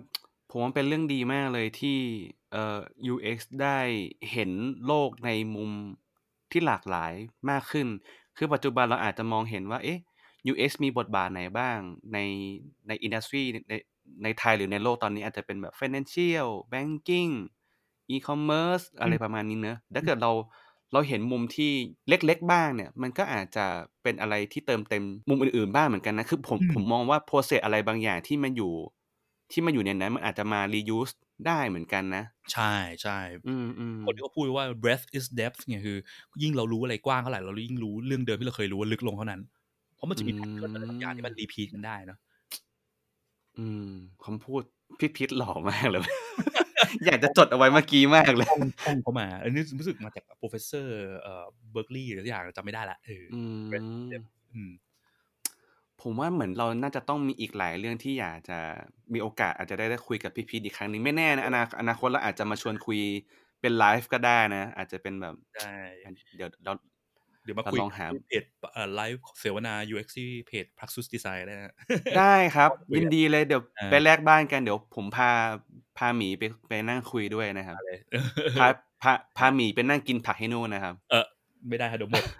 ผมว่าเป็นเรื่องดีมากเลยที่UX ได้เห็นโลกในมุมที่หลากหลายมากขึ้นคือปัจจุบันเราอาจจะมองเห็นว่าเอ๊ะ UX มีบทบาทไหนบ้างในอินดัสทรีในไทยหรือในโลกตอนนี้อาจจะเป็นแบบ Financial Banking E-commerce อะไรประมาณนี้เนอะถ้าเกิดเราเห็นมุมที่เล็กๆบ้างเนี่ยมันก็อาจจะเป็นอะไรที่เติมเต็มมุมอื่นๆบ้างเหมือนกันนะคือผมมองว่า process อะไรบางอย่างที่มันอยู่ในนั้นมันอาจจะมา reuse ได้เหมือนกันนะใช่ใช่คนที่เขาพูดว่า breadth is depth เนี่ยคือยิ่งเรารู้อะไรกว้างเท่าไหร่เรายิ่งรู้เรื่องเดิมที่เราเคยรู้ว่าลึกลงเท่านั้นเพราะมันจะมีแพทเทิร์นอะไรบางอย่างที่มันรีพีทกันได้เนาะคำพูดพี่พิษหล่อมากเลย อยากจะจดเอาไว้เมื่อกี้มากเลยท่องเขามาอันนี้รู้สึกมาจาก professor Berkeley หรือสักอย่างจำไม่ได้ละbreadth is depth ผมว่าเหมือนเราน่าจะต้องมีอีกหลายเรื่องที่อยากจะมีโอกาสอาจจะได้คุยกับพี่พีทอีกครั้งนึงไม่แน่นะอนาคตเราอาจจะมาชวนคุยเป็นไลฟ์ก็ได้นะอาจจะเป็นแบบเดี๋ยวมาคุยลองหาเพจไลฟ์เสวนา UX ที่เพจ Praxis Design ได้นะได้ครับยินดีเลยเดี๋ยวไปแลกบ้านกันเดี๋ยวผมพาหมีไปนั่งคุยด้วยนะครับพาหมีไปนั่งกินผักให้นู่นนะครับไม่ได้เดี๋ยวหมด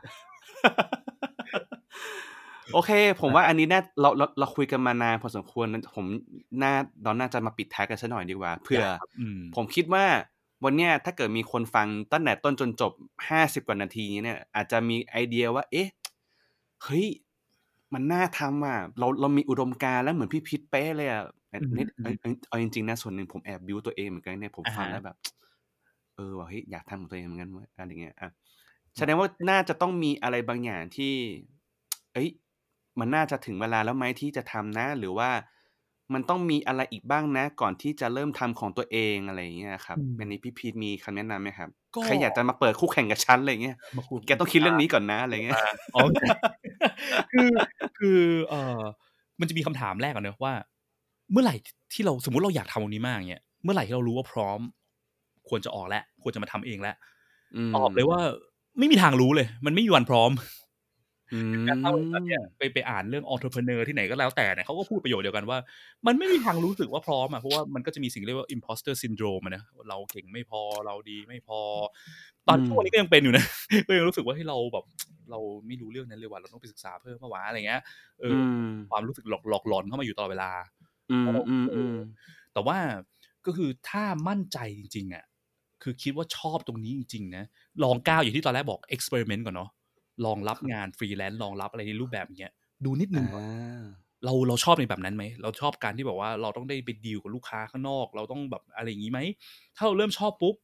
โอเคผมว่าอันนี้เราคุยกันมานานพอสมควรเราน่าจะมาปิดท้ายกันซะหน่อยดีกว่าเพื่อผมคิดว่าวันเนี้ยถ้าเกิดมีคนฟังตั้งแต่ต้นจนจบ50กว่านาทีเนี่ยอาจจะมีไอเดียว่าเอ๊ะเฮ้ยมันน่าทำอ่ะเรามีอุดมการณ์แล้วเหมือนพี่พิษเป๊ะเลยอ่ะเอาจริงๆนะส่วนหนึ่งผมแอบบิวตัวเองเหมือนกันเนี่ยผมฟังแล้วแบบว่าเฮ้ยอยากทำของตัวเองเหมือนกันอะไรเงี้ยอ่ะแสดงว่าน่าจะต้องมีอะไรบางอย่างที่มันน่าจะถึงเวลาแล้วไหมที่จะทำนะหรือว่ามันต้องมีอะไรอีกบ้างนะก่อนที่จะเริ่มทำของตัวเองอะไรอย่างเงี้ยครับอันนี้พี่พีทมีคำแนะนำไหมครับใครอยากจะมาเปิดคู่แข่งกับฉันอะไรเงี้ยแกต้องคิดเรื่องนี้ก่อนนะอะไรเงี้ยคือมันจะมีคำถามแรกก่อนเนอะว่าเมื่อไหร่ที่เราสมมุติเราอยากทำตรงนี้มากเนี่ยเมื่อไหร่ที่เรารู้ว่าพร้อมควรจะออกแล้วควรจะมาทำเองแล้วตอบเลยว่าไม่มีทางรู้เลยมันไม่มีวันพร้อมการเล่าแบบเนี้ยไปอ่านเรื่อง entrepreneur ที่ไหนก็แล้วแต่เนี่ยเขาก็พูดประโยชน์เดียวกันว่ามันไม่มีทางรู้สึกว่าพร้อมอ่ะเพราะว่ามันก็จะมีสิ่งเรียกว่า imposter syndrome นะเราเก่งไม่พอเราดีไม่พอตอนช่วงนี้ก็ยังเป็นอยู่นะก็ยังรู้สึกว่าให้เราแบบเราไม่รู้เรื่องนั้นเลยว่าเราต้องไปศึกษาเพิ่มมาวะอะไรเงี้ยความรู้สึกหลอกหลอนเข้ามาอยู่ตลอดเวลาแต่ว่าก็คือถ้ามั่นใจจริงๆอ่ะคือคิดว่าชอบตรงนี้จริงๆนะลองก้าวอย่างที่ตอนแรกบอก experiment ก่อนเนาะลองรับงานฟรีแลนซ์ลองรับอะไรในรูปแบบอย่างเงี้ยดูนิดนึงก่อนเราชอบในแบบนั้นไหมเราชอบการที่แบบว่าเราต้องได้ไปดีลกับลูกค้าข้างนอกเราต้องแบบอะไรอย่างงี้ไหมถ้าเราเริ่มชอบปุ๊บ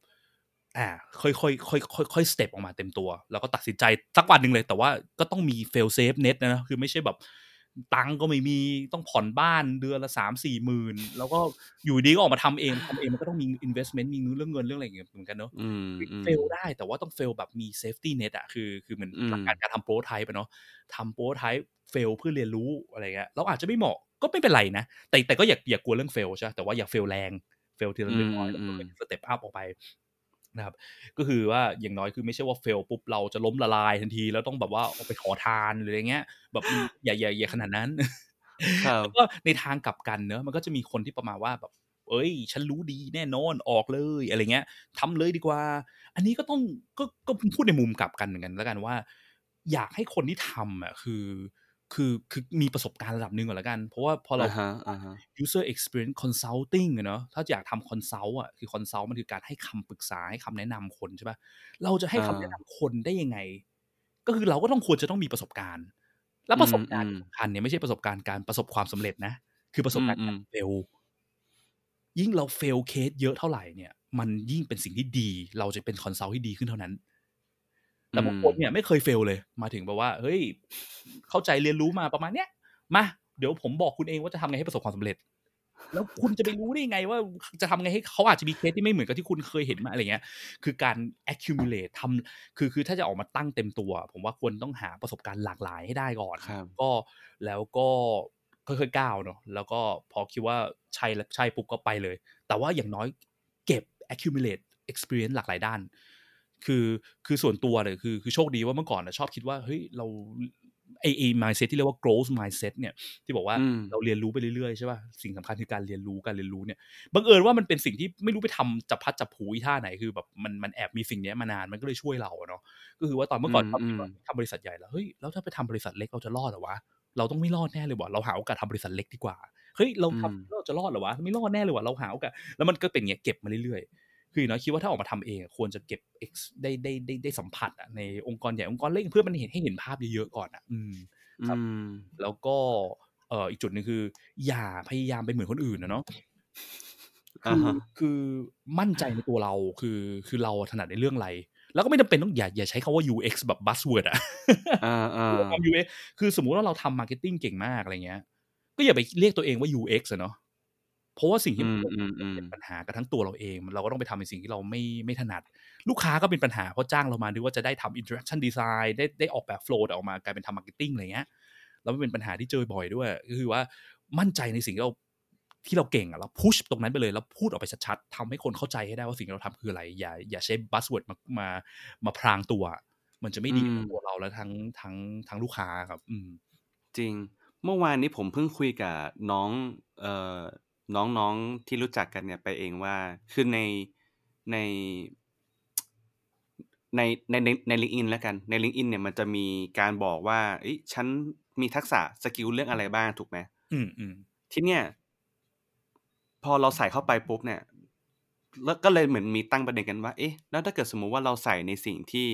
ค่อยสเต็ปออกมาเต็มตัวแล้วก็ตัดสินใจสักวันนึงเลยแต่ว่าก็ต้องมี fail safe net นะคือไม่ใช่แบบตังก็ไม่มีต้องผ่อนบ้านเดือนละ 3-4 หมื่นแล้วก็อยู่ดีก็ออกมาทำเองมันก็ต้องมี investment มีเรื่องเงินเรื่องอะไรอย่างเงี้ยเหมือนกันเนาะเฟลได้แต่ว่าต้องเฟลแบบมี safety net อ่ะคือเหมือนหลักการทำโปรโตไทป์เนาะทำโปรโตไทป์เฟลเพื่อเรียนรู้อะไรเงี้ยเราอาจจะไม่เหมาะก็ไม่เป็นไรนะแต่ก็อย่ากลัวเรื่องเฟลใช่แต่ว่าอย่าเฟลแรงเฟลทีละน้อยแล้วก็สเต็ปอัพออกไปนะครับก็คือว่าอย่างน้อยคือไม่ใช่ว่าเฟลปุ๊บเราจะล้มละลายทันทีแล้วต้องแบบว่าเอาไปขอทานหรืออะไรเงี้ยแบบอย่าขนาดนั้นแล้วก็ในทางกลับกันเนอะมันก็จะมีคนที่ประมาณว่าแบบเอ้ยฉันรู้ดีแน่นอนออกเลยอะไรเงี้ยทำเลยดีกว่าอันนี้ก็ต้องก็พูดในมุมกลับกันเหมือนกันแล้วกันว่าอยากให้คนที่ทำอ่ะคือมีประสบการณ์ระดับหนึ่งก่อนแล้วกันเพราะว่าพอเราuser experience consulting เนาะถ้าอยากทำ consult อ่ะคือ consult มันคือการให้คำปรึกษาให้คำแนะนำคนใช่ป่ะเราจะให้คำแนะนำคนได้ยังไงก็คือเราก็ควรจะต้องมีประสบการณ์และประสบการณ์สำคัญเนี่ยไม่ใช่ประสบการณ์การประสบความสำเร็จนะคือประสบการณ์การเฟลยิ่งเราเฟลเคสเยอะเท่าไหร่เนี่ยมันยิ่งเป็นสิ่งที่ดีเราจะเป็นคอนซัลท์ที่ดีขึ้นเท่านั้นแต่บางคนเนี่ยไม่เคยเฟลเลยมาถึงแบบว่าเฮ้ยเข้าใจเรียนรู้มาประมาณเนี้ยมาเดี๋ยวผมบอกคุณเองว่าจะทำไงให้ประสบความสำเร็จแล้วคุณจะไปรู้ได้ไงว่าจะทำไงให้เขาอาจจะมีเคสที่ไม่เหมือนกับที่คุณเคยเห็นมาอะไรเงี้ยคือการ accumulate ทำคือถ้าจะออกมาตั้งเต็มตัวผมว่าควรต้องหาประสบการณ์หลากหลายให้ได้ก่อนก็ค่อยๆก้าวเนาะแล้วก็พอคิดว่าใช่ปุ๊บก็ไปเลยแต่ว่าอย่างน้อยเก็บ accumulate experience หลากหลายด้านคือส่วนตัวเลยคือโชคดีว่าเมื่อก่อนนะชอบคิดว่าเฮ้ยเราไอ mindset ที่เรียกว่า growth mindset เนี่ยที่บอกว่าอืมเราเรียนรู้ไปเรื่อยๆใช่ป่ะสิ่งสำคัญคือการเรียนรู้เนี่ยบังเอิญว่ามันเป็นสิ่งที่ไม่รู้ไปทำจับพลัดจับผลูอีท่าไหนคือแบบมันแอบมีสิ่งเนี้ยมานานมันก็เลยช่วยเราอะเนาะก็คือว่าตอนเมื่อก่อนชอบคิดว่าทำบริษัทใหญ่แล้วเฮ้ยแล้วถ้าไปทำบริษัทเล็กเราจะรอดเหรอวะเราต้องไม่รอดแน่เลยว่ะเราหาโอกาสทำบริษัทเล็กดีกว่าเฮ้ยเราทำเราจะรอดเหรอวะไม่รอดแน่เลยว่ะเราหาโอกาสแล้วมันก็เป็นอย่างเงี้ยเก็บมาเรื่อยๆคือเนาะคิดว่าถ้าออกมาทำเองควรจะเก็บ ได้สัมผัสอะในองค์กรใหญ่องค์กรเล็กเพื่อมันให้เห็นภาพเยอะๆก่อนอะครับแล้วก็อีกจุดหนึ่งคืออย่าพยายามไปเหมือนคนอื่นนะเนาะคือมั่นใจในตัวเราคือเราถนัดในเรื่องอะไรแล้วก็ไม่จำเป็นต้องอย่าใช้คำว่า UX แบบ buzzword อะทำ UX คือสมมุติว่าเราทำ marketing เก่งมากอะไรเงี้ยก็อย่าไปเรียกตัวเองว่า UX อะเนาะเพราะว่าสิ่งที่มันเป็นปัญหากับทั้งตัวเราเองเราก็ต้องไปทำในสิ่งที่เราไม่ถนัดลูกค้าก็เป็นปัญหาเพราะจ้างเรามานึกว่าจะได้ทำ interaction design ได้ออกแบบ flow แต่ออกมากลายเป็นทำ marketing อะไรเงี้ยแล้วมันเป็นปัญหาที่เจอบ่อยด้วยก็คือว่ามั่นใจในสิ่งที่เราเก่งอ่ะเราพุชตรงนั้นไปเลยแล้วพูดออกไปชัดๆทำให้คนเข้าใจให้ได้ว่าสิ่งที่เราทำคืออะไรอย่าใช้ buzzword มาพรางตัวมันจะไม่ดีกับตัวเราและทั้งลูกค้าครับจริงเมื่อวานนี้ผมเพิ่งคุยกับน้องน้องที่รู้จักกันเนี่ยไปเองว่าคือในใน LinkedIn แล้วกันใน LinkedIn เนี่ยมันจะมีการบอกว่าเอ้ยฉันมีทักษะสกิลเรื่องอะไรบ้างถูกไหมที่เนี่ยพอเราใส่เข้าไปปุ๊บเนี่ยแล้วก็เลยเหมือนมีตั้งประเด็นกันว่าเอ๊ะแล้วถ้าเกิดสมมุติว่าเราใส่ในสิ่งที่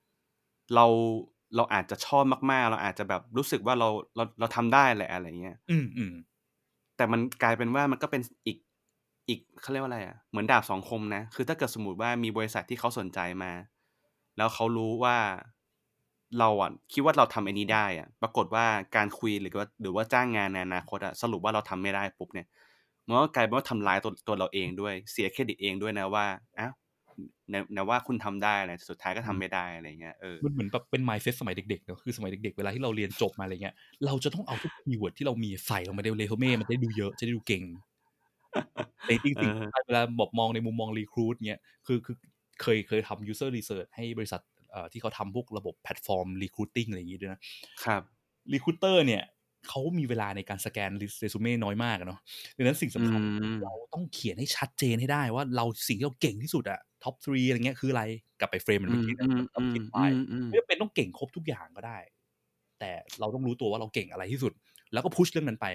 เราอาจจะชอบมากๆเราอาจจะแบบรู้สึกว่าเราทำได้แหละอะไรเงี้ยแต่มันกลายเป็นว่ามันก็เป็นอีกเขาเรียกว่าอะไรอ่ะเหมือนดาบสองคมนะคือถ้าเกิดสมมุติว่ามีบริษัทที่เขาสนใจมาแล้วเขารู้ว่าเราอ่ะคิดว่าเราทำอันนี้ได้อ่ะปรากฏว่าการคุยหรือว่าจ้างงานในอนาคตอ่ะสรุปว่าเราทำไม่ได้ปุ๊บเนี่ยมันก็กลายเป็นว่าทำร้ายตัวเราเองด้วยเสียเครดิตเองด้วยนะว่าอ้าวไหนว่าคุณทำได้แหละสุดท้ายก็ทำไม่ได้อะไรเงี้ยมันเหมือนแบบเป็น mindset สมัยเด็กๆเนาะคือสมัยเด็กๆเวลาที่เราเรียนจบมาอะไรเงี้ยเราจะต้องเอาทุกคีย์เวิร์ดที่เรามีใส่ลงมาในเรซูเม่มันจะได้ดูเยอะจะได้ดูเก่งแต่จริงๆเวลาบอกมองในมุมมอง recruit เงี้ยคือเคยทำ user research ให้บริษัทที่เขาทำพวกระบบแพลตฟอร์ม recruiting อะไรอย่างงี้ด้วยนะครับ recruiter เนี่ยเขามีเวลาในการสแกนเรซูเม่น้อยมากเนาะดังนั้นสิ่งสำคัญเราต้องเขียนให้ชัดเจนให้ได้ว่าเราสิ่งที่เราเก่งที่สุดอะ top 3อะไรเงี้ยคืออะไรกลับไปเฟรมมันเมื่อกี้นะต้องคิดไปไม่จำเป็นต้องเก่งครบทุกอย่างก็ได้แต่เราต้องรู้ตัวว่าเราเก่งอะไรที่สุดแล้วก็พุชเรื่องนั้นไป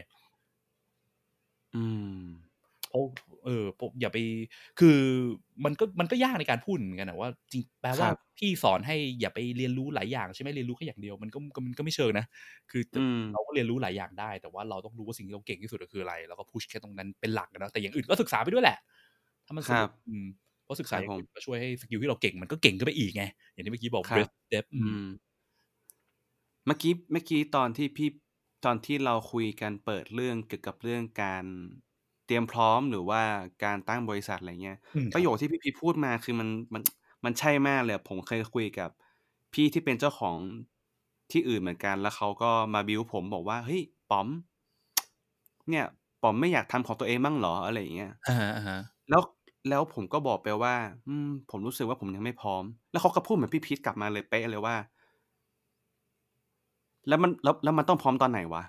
เพราะอย่าไปคือมันก็ยากในการพูดเหมือนกันนะว่าจริงแปลว่าพี่สอนให้อย่าไปเรียนรู้หลายอย่างใช่ไหมเรียนรู้แค่อย่างเดียวมันก็ไม่เชิงนะคือเราก็เรียนรู้หลายอย่างได้แต่ว่าเราต้องรู้ว่าสิ่งที่เราเก่งที่สุดคืออะไรแล้วก็พุชแค่ตรงนั้นเป็นหลักนะแต่อย่างอื่นก็ศึกษาไปด้วยแหละถ้ามันสนุกเพราะศึกษาอย่างอื่นก็ช่วยให้สกิลที่เราเก่งมันก็เก่งขึ้นไปอีกไงอย่างที่เมื่อกี้บอก breadth depth เมื่อกี้ตอนที่เราคุยกันเปิดเรื่องเกี่ยวกับเรื่องการเตรียมพร้อมหรือว่าการตั้งบริษัทอะไรเงี้ยประโยคที่พี่พูดมาคือมันใช่มากเลยผมเคยคุยกับพี่ที่เป็นเจ้าของที่อื่นเหมือนกันแล้วเขาก็มาบิ้วผมบอกว่าเฮ้ยป๋อมเนี่ยป๋อมไม่อยากทำของตัวเองบ้างเหรออะไรอย่างเงี้ยแล้วผมก็บอกไปว่าผมรู้สึกว่าผมยังไม่พร้อมแล้วเขาก็พูดเหมือนพี่พีทกลับมาเลยเป๊ะเลยว่าแล้วมันต้องพร้อมตอนไหนวะ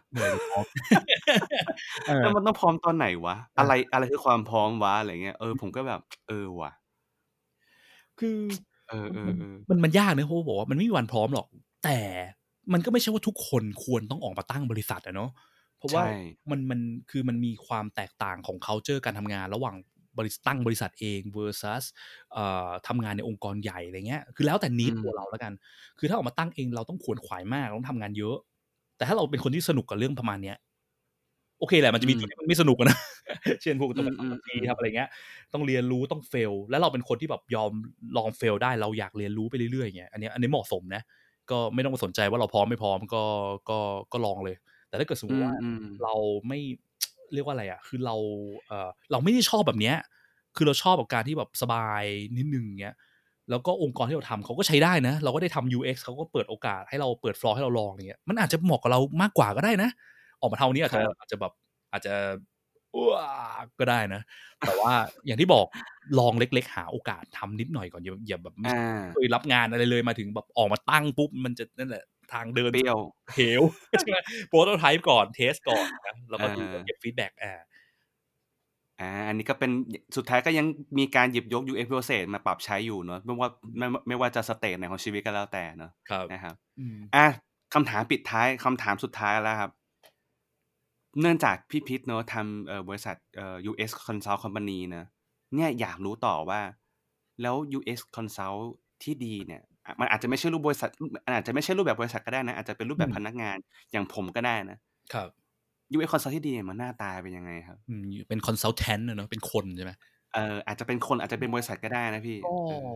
แล้วมันต้องพร้อมตอนไหนวะอะไรคือความพร้อมวะอะไรเงี้ยผมก็แบบว่ะคือมันยากนะเพราะบอกว่ามันไม่มีวันพร้อมหรอกแต่มันก็ไม่ใช่ว่าทุกคนควรต้องออกมาตั้งบริษัทอะเนาะเพราะว่ามันคือมันมีความแตกต่างของ culture การทำงานระหว่างตั้งบริษัทเอง versus ทำงานในองค์กรใหญ่อะไรเงี้ยคือแล้วแต่นิดตัวเราแล้วกันคือถ้าออกมาตั้งเองเราต้องขวนขวายมากต้องทำงานเยอะแต่ถ้าเราเป็นคนที่สนุกกับเรื่องประมาณเนี้ยโอเคแหละมันจะมีจุดที่มันไม่สนุกนะ เช่นพวกต้องไปทำบัญชีทำอะไรเงี้ยต้องเรียนรู้ต้องเฟลแล้วเราเป็นคนที่แบบยอมลองเฟลได้เราอยากเรียนรู้ไปเรื่อยๆอย่างเงี้ยอันนี้เหมาะสมนะก็ไม่ต้องไปสนใจว่าเราพร้อมไม่พร้อมก็ลองเลยแต่ถ้าเกิดสมมติว่าเราไม่เรียกว่าอะไรอ่ะคือเราไม่ได้ชอบแบบเนี้ยคือเราชอบกับการที่แบบสบายนิดนึงเงี้ยแล้วก็องค์กรที่เราทำเขาก็ใช้ได้นะเราก็ได้ทำ UX เขาก็เปิดโอกาสให้เราเปิดฟลอร์ให้เราลองอย่างเงี้ยมันอาจจะเหมาะกับเรามากกว่าก็ได้นะออกมาเท่านี้อาจจะแบบอาจจะก็ได้นะแต่ว่าอย่างที่บอกลองเล็กๆหาโอกาสทำนิดหน่อยก่อนอย่าแบบไม่เคยรับงานอะไรเลยมาถึงแบบออกมาตั้งปุ๊บมันจะนั่นแหละทางเดินเปรี้ยวเหว ใช่ไหม prototype ก่อน test ก่อนนะแล้วก็ดูเออเก็บฟีดแบ็กอันนี้ก็เป็นสุดท้ายก็ยังมีการหยิบยก UX process มาปรับใช้อยู่เนาะไม่ว่าจะสเตจไหนของชีวิตก็แล้วแต่เนาะครับนะครับอืมคำถามปิดท้ายคำถามสุดท้ายแล้วครับ เนื่องจากพี่พิษเนาะทำบริษัทUX Consult Company นะเนี่ยอยากรู้ต่อว่าแล้ว UX Consult ที่ดีเนี่ยมันอาจจะไม่ใช่รูปบริษัทมันอาจจะไม่ใช่รูปแบบบริษัทก็ได้นะอาจจะเป็นรูปแบบพนักงานอย่างผมก็ได้นะครับ UX Consult ที่ดีเนี่ยมันหน้าตาเป็นยังไงครับเป็น consultant อะเนาะเป็นคนใช่ไหมอาจจะเป็นคนอาจจะเป็นบริษัทก็ได้นะพี่ก็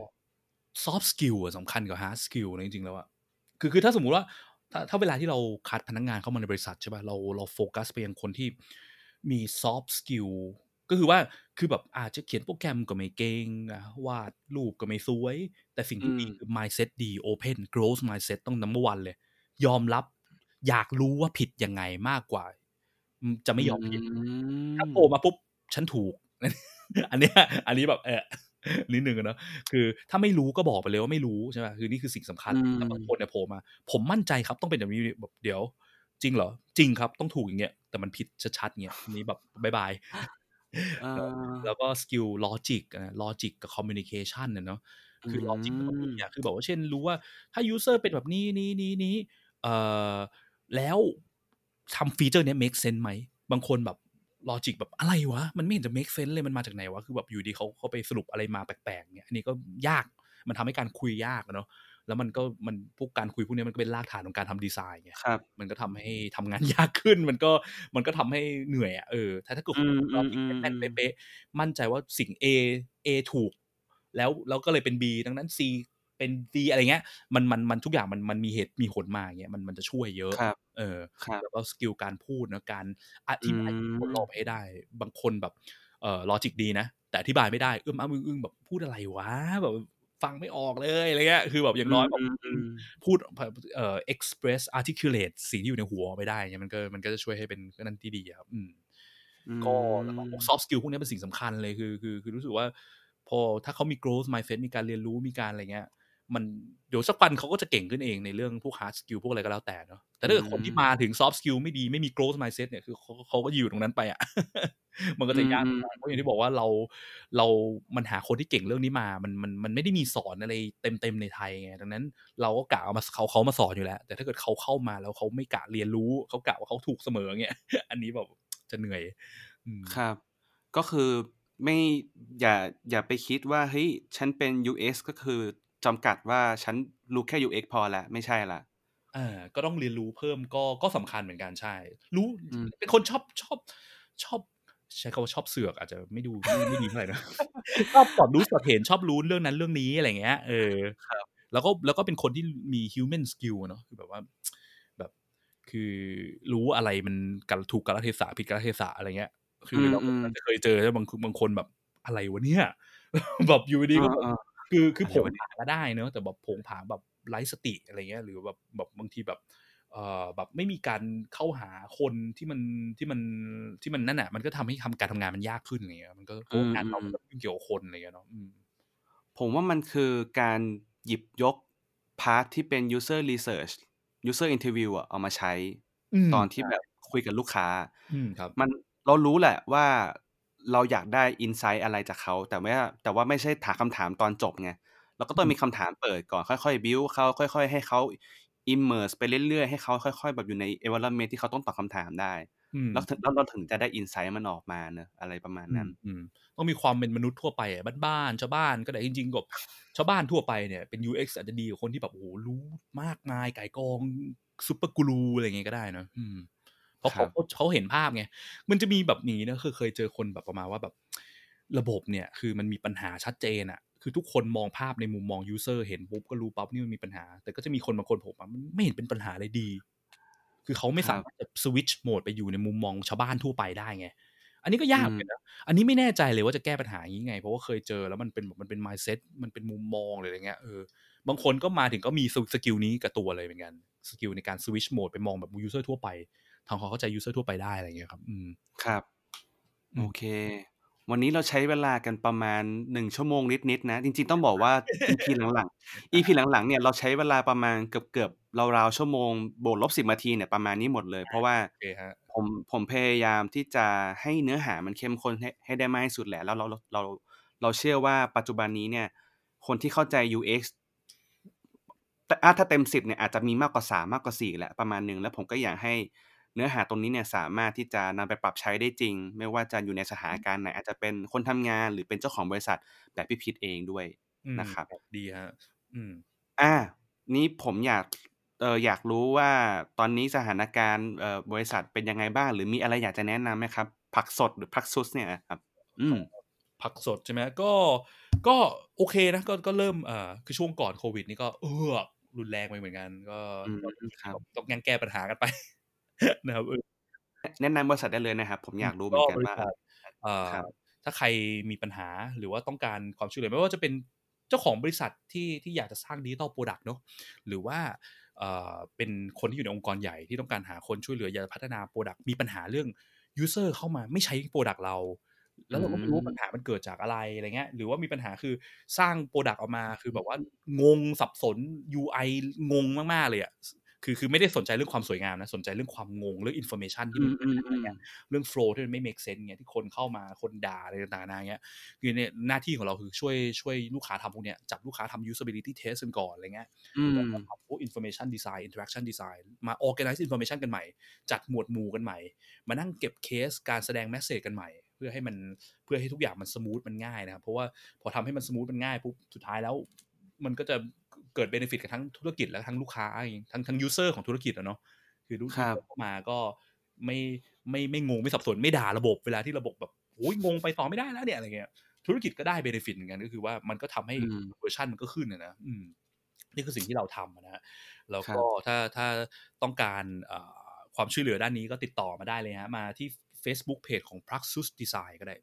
soft skill อะสำคัญกว่า hard skill นะจริงๆแล้วอะคือถ้าสมมุติว่าถ้าเวลาที่เราคัดพนักงานเข้ามาในบริษัทใช่ป่ะเราโฟกัสไปยังคนที่มี soft skill ก็คือว่าคือแบบอาจจะเขียนโปรแกรมก็ไม่เก่งวาดรูปก็ไม่สวยแต่สิ่งที่ดีคือ mindset ดี open growth mindset ต้อง number one เลยยอมรับอยากรู้ว่าผิดยังไงมากกว่าจะไม่ยอมผิดถ้าโผล่มาปุ๊บฉันถูก อันเนี้ยอันนี้แบบนิดนึงอะเนาะคือถ้าไม่รู้ก็บอกไปเลยว่าไม่รู้ใช่ป่ะคือนี่คือสิ่งสำคัญแต่บางคนเนี่ยโผล่มาผมมั่นใจครับต้องเป็นแบบนี้แบบเดี๋ยวจริงเหรอจริงครับต้องถูกอย่างเงี้ยแต่มันผิดชัดๆเงี้ยอันนี้แบบบ๊ายบายเนาะแล้วก็สกิลลอจิกลอจิกกับคอมมิวนิเคชันเนาะคือลอจิกมันต้องมีคือแบบว่าเช่นรู้ว่าถ้ายูเซอร์เป็นแบบนี้เอ่อแล้วทำฟีเจอร์เนี้ย make sense ไหมบางคนแบบลอจิกแบบอะไรวะมันไม่เห็นจะ make sense เลยมันมาจากไหนวะคือแบบอยู่ดีเขาไปสรุปอะไรมาแปลกๆเงี้ยอันนี้ก็ยากมันทำให้การคุยยากเนาะแล้วมันพวกการคุยพวกนี้มันก็เป็นรากฐานของการทำดีไซน์ไงครับมันก็ทำให้ทำงานยากขึ้นมันก็ทำให้เหนื่อยอะถ้าเกิดคุณลอจิกแม่นๆเป๊ะๆมั่นใจว่าสิ่ง A ถูกแล้วก็เลยเป็น B ดังนั้น C เป็น D อะไรเงี้ยมันทุกอย่างมันมีเหตุมีผลมาอย่างเงี้ยมันจะช่วยเยอะครับเออครับแล้วก็สกิลการพูดนะการออืธิบายผลออกมไปให้ได้บางคนแบบลอจิกดีนะแต่อธิบายไม่ได้อ้ำอึ้งๆแบบพูดอะไรวะแบบฟังไม่ออกเลยอะไรเงี้ยคือแบบอย่างน้อยแบบพูดexpress articulate สิ่งที่อยู่ในหัวออกไปได้เงี้ยมันก็จะช่วยให้เป็นนั่นที่ดีครับก็แล้วก็พวก soft skill พวกนี้เป็นสิ่งสำคัญเลยคือรู้สึกว่าพอถ้าเขามี growth mindset มีการเรียนรู้มีการอะไรเงี้ย มันเดี๋ยวสักวันเขาก็จะเก่งขึ้นเองในเรื่องพวก hard skill พวกอะไรก็แล้วแต่เนาะแต่ถ้าเกิดคนที่มาถึง soft skill ไม่ดีไม่มี growth mindset เนี่ยคือเขาก็อยู่ตรงนั้นไปอะ มันก็จะยากมากเพราะอย่างที่บอกว่าเรามันหาคนที่เก่งเรื่องนี้มามันไม่ได้มีสอนอะไรเต็มในไทยไงดังนั้นเราก็กะเอามาเขามาสอนอยู่แล้วแต่ถ้าเกิดเขาเข้ามาแล้วเขาไม่กะเรียนรู้เขากะว่าเขาถูกเสมอเงี้ย อันนี้แบบจะเหนื่อยครับก็คือไม่อย่าไปคิดว่าเฮ้ยฉันเป็น UX ก็คือจำกัดว่าฉันรู้แค่ UX พอแล้วไม่ใช่ละก็ต้องเรียนรู้เพิ่มก็สำคัญเหมือนกันใช่รู้อืมเป็นคนชอบใช้คำว่าชอบเสือกอาจจะไม่ดูไม่ดีเท่าไหร่นะ ชอบสอดรู้สอดเห็นชอบรู้เรื่องนั้นเรื่องนี้อะไรเงี้ยครับแล้วก็เป็นคนที่มี human skill เนาะคือแบบว่าแบบคือรู้อะไรมันกันถูกกาลเทศะผิดกาลเทศะอะไรเงี้ยคือเราก็อาจจะเคยเจอใช่บางคนแบบอะไรวะเนี่ย แบบอยู่ดีๆก็แบบคือโผงผางก็ได้เนอะแต่แบบโผงผางแบบไร้สติอะไรเงี้ยหรือแบบบางทีแบบแบบไม่มีการเข้าหาคนที่มันนั่นน่ะมันก็ทำให้การทำงานมันยากขึ้นอะไรเงี้ยมันก็เพราะงานเรามันก็เกี่ยวกับคนอะไรเงี้ยเนาะผมว่ามันคือการหยิบยกพาร์ทที่เป็น user research user interview อะเอามาใช้ตอนที่แบบคุยกับลูกค้าครับมันเรารู้แหละว่าเราอยากได้ insight อะไรจากเขาแต่ว่าไม่ใช่ถามคำถามตอนจบไงเราก็ต้องมีคำถามเปิดก่อนค่อยๆ build เขาค่อยๆให้เขา immerse ไปเรื่อยๆให้เขาค่อยๆแบบอยู่ใน environment ที่เขาต้องตอบคำถามได้แล้วเราถึงจะได้ insight มันออกมาเนอะอะไรประมาณนั้นต้องมีความเป็นมนุษย์ทั่วไปอ่ะบ้านๆชาวบ้านก็ได้จริงๆกับชาวบ้านทั่วไปเนี่ยเป็น UX อาจจะดีกว่าคนที่แบบโอ้โหรู้มากมายไก่กองซุปเปอร์กูรูอะไรอย่างเงี้ยก็ได้นะเพราะเขาเห็นภาพไงมันจะมีแบบนี้นะเคยเจอคนแบบประมาณว่าแบบระบบเนี่ยคือมันมีปัญหาชัดเจนอ่ะคือทุกคนมองภาพในมุมมองยูเซอร์เห็นปุ๊บก็รู้ปั๊บนี่มันมีปัญหาแต่ก็จะมีคนบางคนผมมันไม่เห็นเป็นปัญหาเลยดีคือเขาไม่สามารถจะสวิตช์โหมดไปอยู่ในมุมมองชาวบ้านทั่วไปได้ไงอันนี้ก็ยากเหมือนกันนะอันนี้ไม่แน่ใจเลยว่าจะแก้ปัญหาอย่างนี้ไงเพราะว่าเคยเจอแล้วมันเป็น mindset มันเป็นมุมมองเลยอะไรเงี้ยบางคนก็มาถึงก็มีสกิลนี้กับตัวเลยเหมือนกันสกิลในการสวิตช์โหมดไปมองแบบยูเซอร์ทั่วไปทำความเข้าใจยูเซอร์ทั่วไปได้อะไรเงี้ยครับครับโอเควันนี้เราใช้เวลากันประมาณ1ชั่วโมงนิดๆนะจริงๆต้องบอกว่า EP หลังๆ EP หลังๆเนี่ยเราใช้เวลาประมาณเกือบๆราวๆชั่วโมงบวกลบ10นาทีเนี่ยประมาณนี้หมดเลยเพราะว่าโอเคครับผมพยายามที่จะให้เนื้อหามันเข้มข้นให้ได้มากที่สุดแหละแล้วเราเชื่อว่าปัจจุบันนี้เนี่ยคนที่เข้าใจ UX แต่ถ้าเต็ม10เนี่ยอาจจะมีมากกว่า3มากกว่า4แหละประมาณหนึ่งแล้วผมก็อยากให้เนื้อหาตรงนี้เนี่ยสามารถที่จะนำไปปรับใช้ได้จริงไม่ว่าจะอยู่ในสถานการณ์ไหนอาจจะเป็นคนทำงานหรือเป็นเจ้าของบริษัทแบบพี่พีทเองด้วยนะครับครับดีครับอืมอานี้ผมอยากรู้ว่าตอนนี้สถานการณ์บริษัทเป็นยังไงบ้างหรือมีอะไรอยากจะแนะนำไหมครับผักสดหรือ Praxis เนี่ยอะครับอืมผักสดใช่ไหมก็โอเคนะก็เริ่มคือช่วงก่อนโควิดนี่ก็รุนแรงไปเหมือนกันอืมก็มีครับต้องแก้ปัญหากันไปนะครับแนะนำบริษัทได้เลยนะครับผมอยากรู้เหมืก็อนกันว่าบริษัทเอ่อครับถ้าใครมีปัญหาหรือว่าต้องการความช่วยเหลือไม่ว่าจะเป็นเจ้าของบริษัทที่อยากจะสร้าง Digital Product เนาะหรือว่าเป็นคนที่อยู่ในองค์กรใหญ่ที่ต้องการหาคนช่วยเหลืออยากจะพัฒนา Product มีปัญหาเรื่องยูสเซอร์เข้ามาไม่ใช้ Product เราแล้อืวเราก็ไม่รู้ว่าปัญหามมันเกิดจากอะไรอะไรเงี้ยหรือว่ามีปัญหาคือสร้าง Product ออกมาคือแบบว่างงสับสน UI งงมากๆเลยอะคือไม่ได้สนใจเรื่องความสวยงามนะสนใจเรื่องความงงเรื่อง information ที่อืมันมีปัญหาอะไรมเงี้ยๆๆเรื่องโฟลว์ที่มันไม่ make sense เงี้ยที่คนเข้ามาคนด่าอะไรต่างๆนานาเงี้ยคือเนี่ยหน้าที่ของเราคือช่วยลูกค้าทำพวกเนี้ยจับลูกค้าทำ usability test กันก่อนอะไรเงี้ยอืมแล้วก็ทำพวก information design interaction design มา organize information กันใหม่จัดหมวดหมู่กันใหม่มานั่งเก็บเคสการแสดง message กันใหม่เพื่อให้ทุกอย่างมันสมูทมันง่ายนะครับเพราะว่าพอทำให้มันสมูทมันง่ายปุ๊บสุดท้ายแล้วมันก็จะเกิด benefit กับทั้งธุรกิจและทั้งลูกค้าเองทั้ง user ของธุรกิจอะเนาะ คือลูกครับยูเซอร์เข้ามาก็ไม่ไม่งงไม่สับสนไม่ด่าระบบเวลาที่ระบบแบบโอ้ยงงไปต่อไม่ได้แล้วเนี่ยอะไรเงี้ยธุรกิจก็ได้เบนฟิตเหมือนกันก็คือว่ามันก็ทำให้อืม conversion มันก็ขึ้นนะนี่คือสิ่งที่เราทำนะฮะแล้วก็ครับถ้าต้องการความช่วยเหลือด้านนี้ก็ติดต่อมาได้เลยฮะมาที่ Facebook Page ของ Praxis Design ก็ได้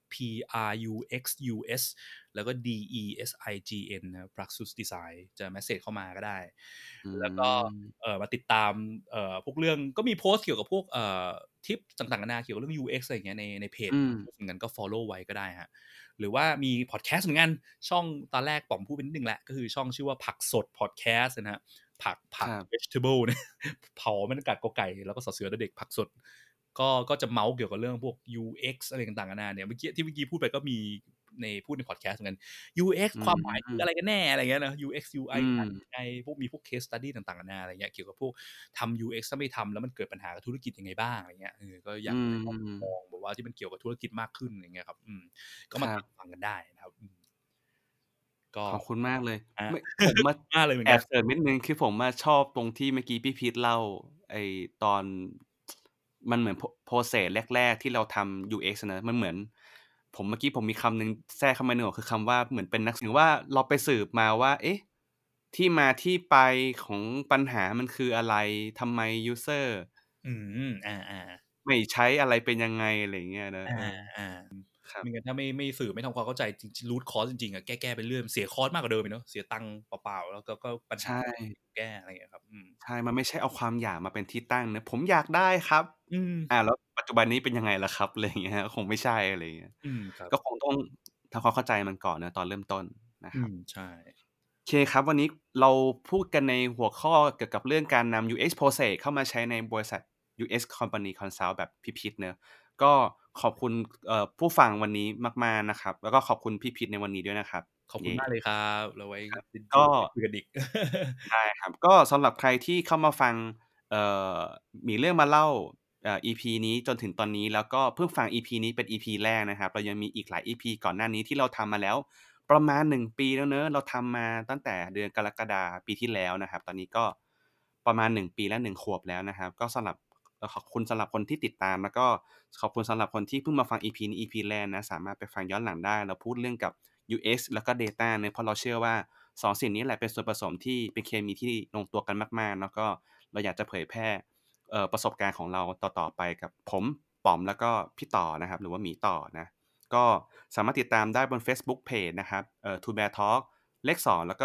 P-R-U-X-U-S แล้วก็ D-E-S-I-G-N นะ Praxis Design จะเมสเสจเข้ามาก็ได้อืแล้วก็มมาติดตามพวกเรื่องก็มีโพสต์เกี่ยวกับพวกทิปต่างๆนานาเกี่ยวกับเรื่อง UX อะไรอย่างเงี้ยในเพจอืมเหมือนกันก็ฟอลโลว์ไว้ก็ได้ฮะหรือว่ามีพอดแคสต์เหมือนกันช่องตอนแรกป๋อมพูดไปนิดนึงแหละก็คือช่องชื่อว่าผักสดพอดแคสต์นะฮะผักครับ vegetable เนี่ยเผาไม่ต้องกัดกอไก่แล้วก็สอเสือเด็กผักสดก็จะเมาส์เกี่ยวกับเรื่องพวก UX อะไรต่างๆนานาเนี่ยเมื่อกี้พูดไปก็มีพูดในพอดแคสต์เหมือนกัน UX อืความหมายคืออะไรมกันแน่อะไรเงี้ยนะ UX UI อืมต่างยังไงมีพวก case study ต่างๆนานาอะไรเงี้ยเกี่ยวกับพวกทำ UX ถ้าไม่ทำแล้วมันเกิดปัญหากับธุรกิจยังไงบ้างอะไรเงี้ยก็อยากอืให้ลองมมองแบบว่าที่มันเกี่ยวกับธุรกิจมากขึ้นอะไรเงี้ยครับก็มาครับติดฟังกันได้นะครับก็ขอบคุณมากเลยฮะไม่ผมอะมากเลยเหมือนกันแอบเสริมนิดหนึ่งคือผมอะชอบตรงที่เมื่อกี้พี่พีทเล่าไอ้ตอนมันเหมือนprocess แรกๆที่เราทำ UX อะนะมันเหมือนเมื่อกี้ผมมีคำหนึ่งแทรกเข้ามาในหัวคือคำว่าเหมือนเป็นนักสืบว่าเราไปสืบมาว่าเอ๊ะที่มาที่ไปของปัญหามันคืออะไรทำไมยูสเซอร์อืมไม่ใช้อะไรเป็นยังไงอะไรอย่างเงี้ยนะอาเอออาครับไม่งั้นถ้าไม่สื่อไม่ทำความเข้าใจจริงๆ root cause จริงๆอะแก้ไปเรื่อยเสียคอร์สมากกว่าเดิมอีกเนาะเสียตังค์เปล่าๆแล้วก็ปัญหาใช่ก็ไม่ถูกแก้อะไรอย่างเงี้ยครับใช่มันไม่ใช่เอาความอยากมาเป็นที่ตั้งนะผมอยากได้ครับอืมแล้วปัจจุบันนี้เป็นยังไงล่ะครับอะไรอย่างเงี้ยคงไม่ใช่อะไรอย่างเงี้ยครับก็คงต้องทำความเข้าใจมันก่อนนะตอนเริ่มต้นนะครับใช่โอเคครับวันนี้เราพูดกันในหัวข้อเกี่ยวกับเรื่องการนำ UX Process เข้ามาใช้ในบริษัท UX Company Consult แบบพี่พีทเนาะก็ขอบคุณผู้ฟังวันนี้มากๆนะครับแล้วก็ขอบคุณพี่พีทในวันนี้ด้วยนะครับขอบคุณเย่มากเลยครับแล้วไว้ครับจะก็ได้คุยกันอีกได้ครับก็สำหรับใครที่เข้ามาฟังเอ่อมีเรื่องมาเล่าEP นี้จนถึงตอนนี้แล้วก็เพิ่งฟัง EP นี้เป็น EP แรกนะครับเรายังมีอีกหลาย EP ก่อนหน้านี้ที่เราทำมาแล้วประมาณ1ปีแล้วเนาะเราทำมาตั้งแต่เดือนกรกฎาปีที่แล้วนะครับตอนนี้ก็ประมาณ1ปีและ1ขวบแล้วนะครับก็สำหรับขอบคุณสำหรับคนที่ติดตามแล้วก็ขอบคุณสำหรับคนที่เพิ่งมาฟัง EP นี้ EP แรกนะสามารถไปฟังย้อนหลังได้เราพูดเรื่องกับ UX แล้วก็ Data เนาะเพราะเราเชื่อว่า 2สิ่งนี้แหละเป็นส่วนผสมที่เป็นเคมีที่ลงตัวกันมากๆแล้วก็เราอยากจะเผยแพร่ประสบการณ์ของเราต่อๆไปกับผมป๋อมแล้วก็พี่ต่อนะครับหรือว่าหมีต่อนะก็สามารถติดตามได้บนเฟซบุ๊กเพจนะครับTo Bear Talk เลข2แล้วก็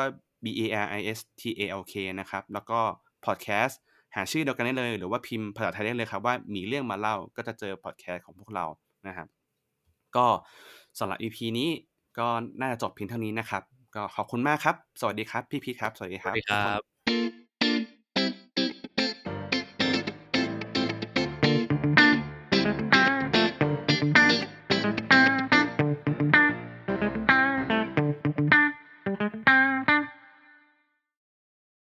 BARISTALK นะครับแล้วก็พอดแคสต์หาชื่อเดียวกันได้เลยหรือว่าพิมพ์ภาษาไทยได้เลยครับว่ามีเรื่องมาเล่าก็จะเจอพอดแคสต์ของพวกเรานะครับก็สำหรับ EP นี้ก็น่าจะจบเพียงเท่านี้นะครับก็ขอบคุณมากครับสวัสดีครับพี่พีทครับสวัสดีสวัสดีครัครับทุกคนบ